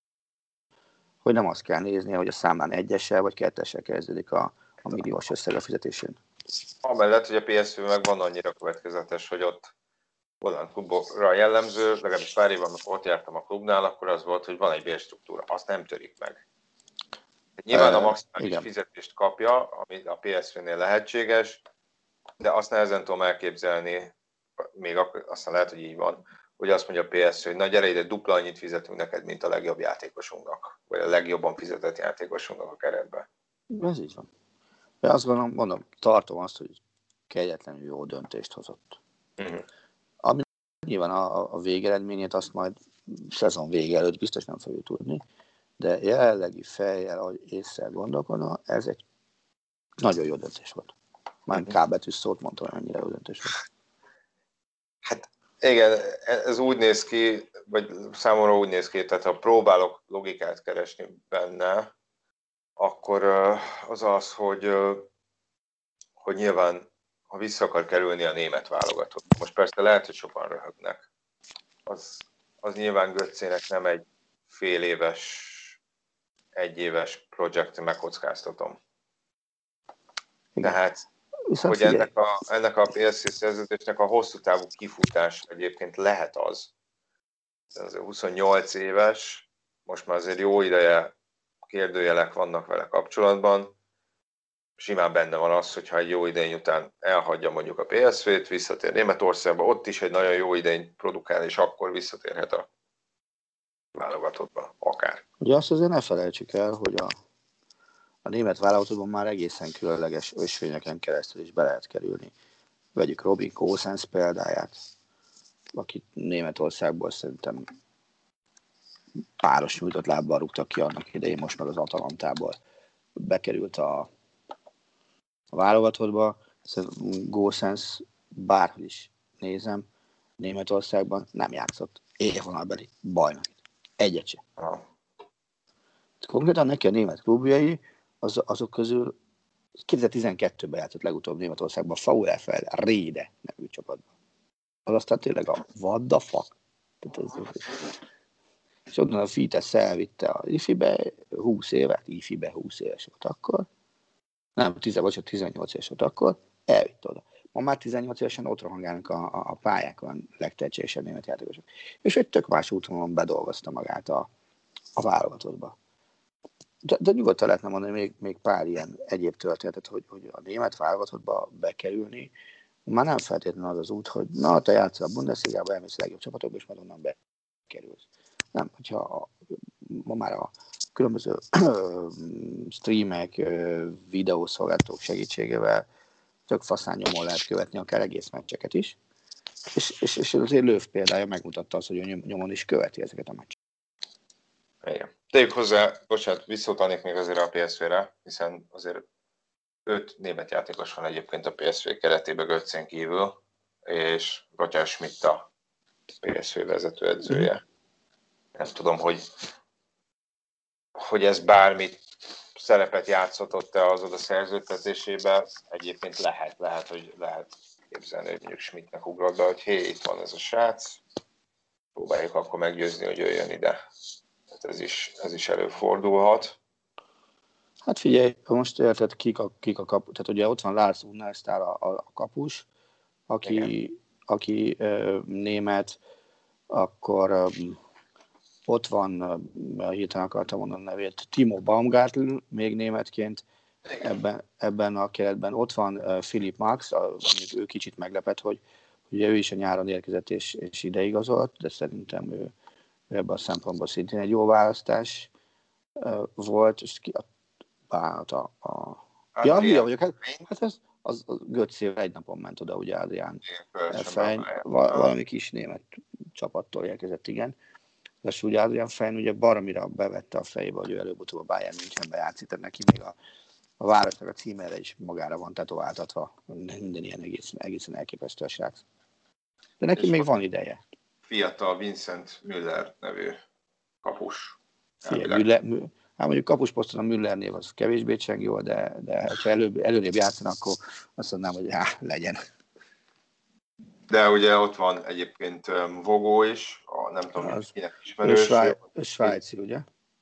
hogy nem azt kell nézni, hogy a számlán 1-essel vagy 2-essel kezdődik a milliós összeg a fizetésén. Amellett, hogy a PSV meg van annyira következetes, hogy ott olyan klubokra jellemző, legalábbis pár év, amikor ott jártam a klubnál, akkor az volt, hogy van egy bérstruktúra, azt nem törik meg. Nyilván a maximális fizetést kapja, ami a PSV-nél lehetséges, de azt nehezen tudom elképzelni, még aztán lehet, hogy így van, hogy azt mondja a PSV, hogy na gyere ide, dupla annyit fizetünk neked, mint a legjobb játékosunknak, vagy a legjobban fizetett játékosunknak a keretben. Ez így van. De azt gondolom, tartom azt, hogy kegyetlenül jó döntést hozott. Ami nyilván a végeredményét azt majd szezon vége előtt biztos nem fogjuk tudni, de jelenlegi fejjel, ahogy észre gondolkodva, ez egy nagyon jó döntés volt. Már K betűs szót mondtam, hogy mennyire jó döntés volt. Hát igen, ez úgy néz ki, vagy számomra úgy néz ki, tehát ha próbálok logikát keresni benne, akkor az, hogy nyilván, ha vissza akar kerülni a német válogatott. Most persze lehet, hogy sokan röhögnek. Az nyilván Götzének nem egy fél éves, egyéves projekt, megkockáztatom. Tehát, viszont hogy ennek a PSV szerződésnek a hosszú távú kifutás egyébként lehet az. Ez 28 éves, most már azért jó ideje kérdőjelek vannak vele kapcsolatban. Simán benne van az, hogyha egy jó idény után elhagyja mondjuk a PSV-t, visszatér Németországba, ott is egy nagyon jó idény produkál, és akkor visszatérhet a válogatottba, akár. Ugye azt azért ne felejtsük el, hogy a német válogatottban már egészen különleges ösvényeken keresztül is be lehet kerülni. Vegyük Robin Gosens példáját, akit Németországból szerintem páros nyújtott lábbal rúgtak ki annak idején, most meg az Atalantából bekerült a válogatottba. Ez a Gosens bárhogy is nézem, Németországban nem játszott élvonalbeli bajnokit. Egyet sem. Konkrétan neki a német klubjai, azok közül 2012-ben játszott legutóbb Németországban VfL Rehde nevű csapatban. Az aztán tényleg a what the fuck. És onnan a Fitesz elvitte a IFI-be 20 évet, IFI-be 20 éves volt akkor. Nem, 18 éves volt akkor, elvitte oda. Ma már 18 évesen ott rohangálnak a pályákon legtehetségesebb német játékosok. És egy tök más úton bedolgozta magát a válogatottba. De nyugodtan lehetne mondani még pár ilyen egyéb történetet, hogy a német válogatottba bekerülni, már nem feltétlenül az út, hogy na, te játszol a Bundesligába, elmész a legjobb csapatokba, és majd onnan bekerülsz. Nem, hogyha ma már a különböző streamek, videószolgáltatók segítségével tök faszán nyomon lehet követni akár egész meccseket is, és azért Löw példája megmutatta azt, hogy nyomon is követi ezeket a meccseket. Igen. Tegyük hozzá, bocsánat, visszautalnék még azért a PSV-re, hiszen azért 5 német játékos van egyébként a PSV keretében Götzen kívül, és Roger Schmidt a PSV vezetőedzője. Nem tudom, hogy ez bármit szerepet játszhatott-e az oda szerződtetésében. Egyébként lehet képzelni, hogy mondjuk Schmidtnek ugrott be, hogy hé, itt van ez a srác, próbáljuk akkor meggyőzni, hogy jöjjön ide. Tehát ez is előfordulhat. Hát figyelj, most érted, kik a kapus. Tehát ugye ott van Lars Unnerstál a kapus, aki német, akkor ott van, hirtelen akartam mondani a nevét, Timo Baumgartl, még németként ebben a keretben. Ott van Philipp Max, amit ő kicsit meglepett, hogy ugye ő is a nyáron érkezett és ideigazolt, de szerintem ő ebben a szempontból szintén egy jó választás volt, és ki hát ez az Götzével egy napon ment oda, ugye Adrián Fein, valami kis német csapattól érkezett, igen. De ugye Adrián Fein ugye baromira bevette a fejébe, hogy ő előbb-utóbb a Bayern Münchenbe játszik, tehát neki még a városnak a címere is magára van tetováltatva, minden ilyen egészen elképesztő a srác. De neki még van ideje. Fiatal Vincent Müller nevű kapus. Hát mondjuk kapusposzton a Müller név az kevésbé cseng jól, de ha előrébb játszanak, akkor azt mondanám, hogy legyen. De ugye ott van egyébként Vogó is, nem tudom, kinek ismerős. Svájci, ugye?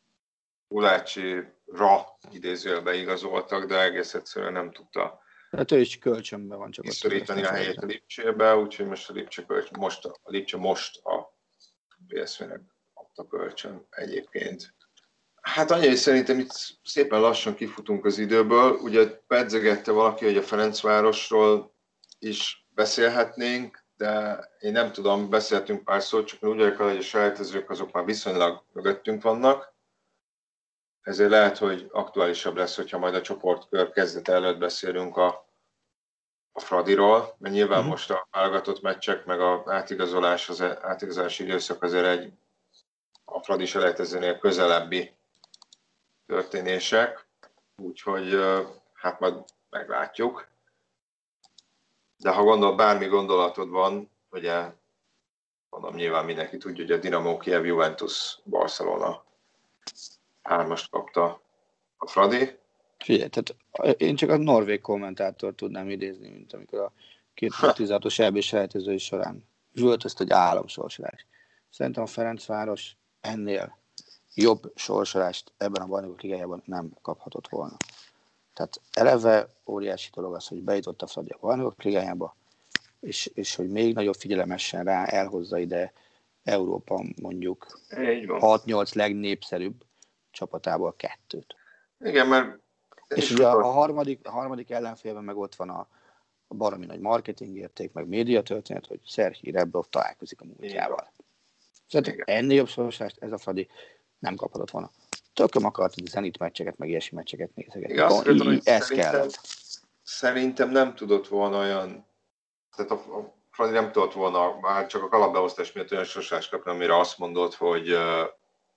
Ulácsira idézőjelben igazoltak, de egész egyszerűen nem tudta hát ő is kölcsönben van csak kiszorítani a helyét a Lipcsébe, úgyhogy most a Lipcse most a PSV-nek adta kölcsön egyébként. Hát annyi, szerintem itt szépen lassan kifutunk az időből. Ugye pedzegette valaki, hogy a Ferencvárosról is beszélhetnénk, de én nem tudom, beszéltünk pár szót, csak úgy vagyok, hogy a selejtezők azok már viszonylag mögöttünk vannak. Ezért lehet, hogy aktuálisabb lesz, hogyha majd a csoportkör kezdete előtt beszélünk a Fradiról, mert nyilván most a válogatott meccsek, meg az átigazolási időszak azért a Fradi selejtezőnél közelebbi történések, úgyhogy hát majd meglátjuk. De ha bármi gondolatod van, ugye mondom, nyilván mindenki tudja, hogy a Dinamo Kiev, Juventus, Barcelona 3-ast kapta a Fradi. Figyelj, tehát én csak a norvég kommentátort tudnám idézni, mint amikor a 2016-os EB selejtezői során üvöltözt, hogy álomsorsolás. Szerintem a Ferencváros ennél jobb sorsolást ebben a bajnokok ligájában nem kaphatott volna. Tehát eleve óriási dolog az, hogy bejutott a Fradi a bajnokok ligájába, és hogy még nagyobb figyelemessen rá elhozza ide Európa mondjuk 6-8 legnépszerűbb csapatából 2-t. Igen, mert... És ugye a harmadik ellenfélben meg ott van a baromi nagy marketingérték, meg médiatörténet, hogy Szerhíj Rebrov találkozik a múltjával. Szóval ennél jobb sorsolást ez a Fradi nem kaphatott volna. Tököm akart, hogy Zenit meccseket, meg ilyesmi meccseket nézegetni. Ez kellett. Szerintem nem tudott volna olyan, tehát a Fradi nem tudott volna, már csak a kalapbeosztás miatt olyan sorsolást kapni, amire azt mondod, hogy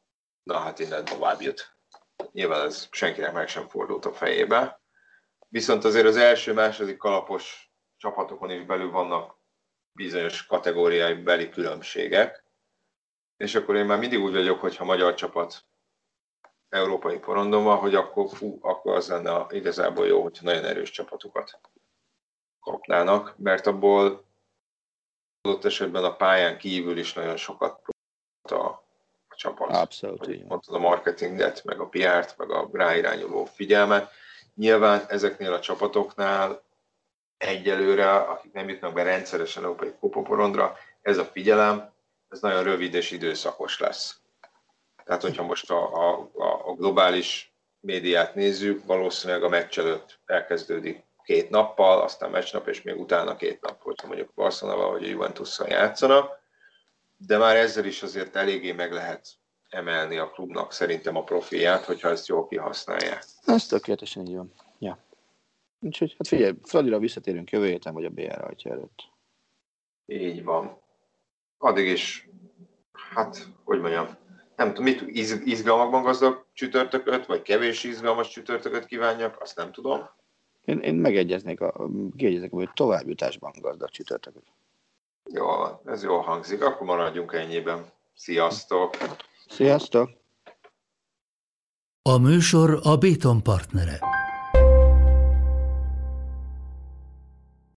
na hát innen tovább jut. Nyilván ez senkinek meg sem fordult a fejébe. Viszont azért az első-második kalapos csapatokon is belül vannak bizonyos kategóriai beli különbségek. És akkor én már mindig úgy vagyok, hogyha magyar csapat európai porondon van, hogy akkor az lenne igazából jó, hogyha nagyon erős csapatokat kapnának, mert abból adott esetben a pályán kívül is nagyon sokat próbált a csapat. Abszolút. Mondtad a marketinget, meg a PR-t, meg a ráirányuló figyelmet. Nyilván ezeknél a csapatoknál egyelőre, akik nem jutnak be rendszeresen európai kupaporondra, ez a figyelem, ez nagyon rövid és időszakos lesz. Tehát, hogyha most a globális médiát nézzük, valószínűleg a meccs előtt elkezdődik 2 nappal, aztán meccsnap, és még utána 2 nap, hogyha mondjuk Barcelonával vagy a Juventusszal játszanak. De már ezzel is azért eléggé meg lehet emelni a klubnak szerintem a profilját, hogyha ezt jól kihasználják. Ez tökéletesen így van. Ja. Úgyhogy, hát figyelj, Fradira visszatérünk jövő héten, vagy a BL rajtja előtt. Így van. Addig is, hát, hogy mondjam, nem tudom, mit izgalmakban gazdag csütörtököt, vagy kevés izgalmas csütörtököt kívánjak, azt nem tudom. Én megegyeznék, hogy továbbjutásban gazdag csütörtököt. Jól van, ez jól hangzik, akkor maradjunk ennyiben. Sziasztok! Sziasztok! A műsor a Béton partnere.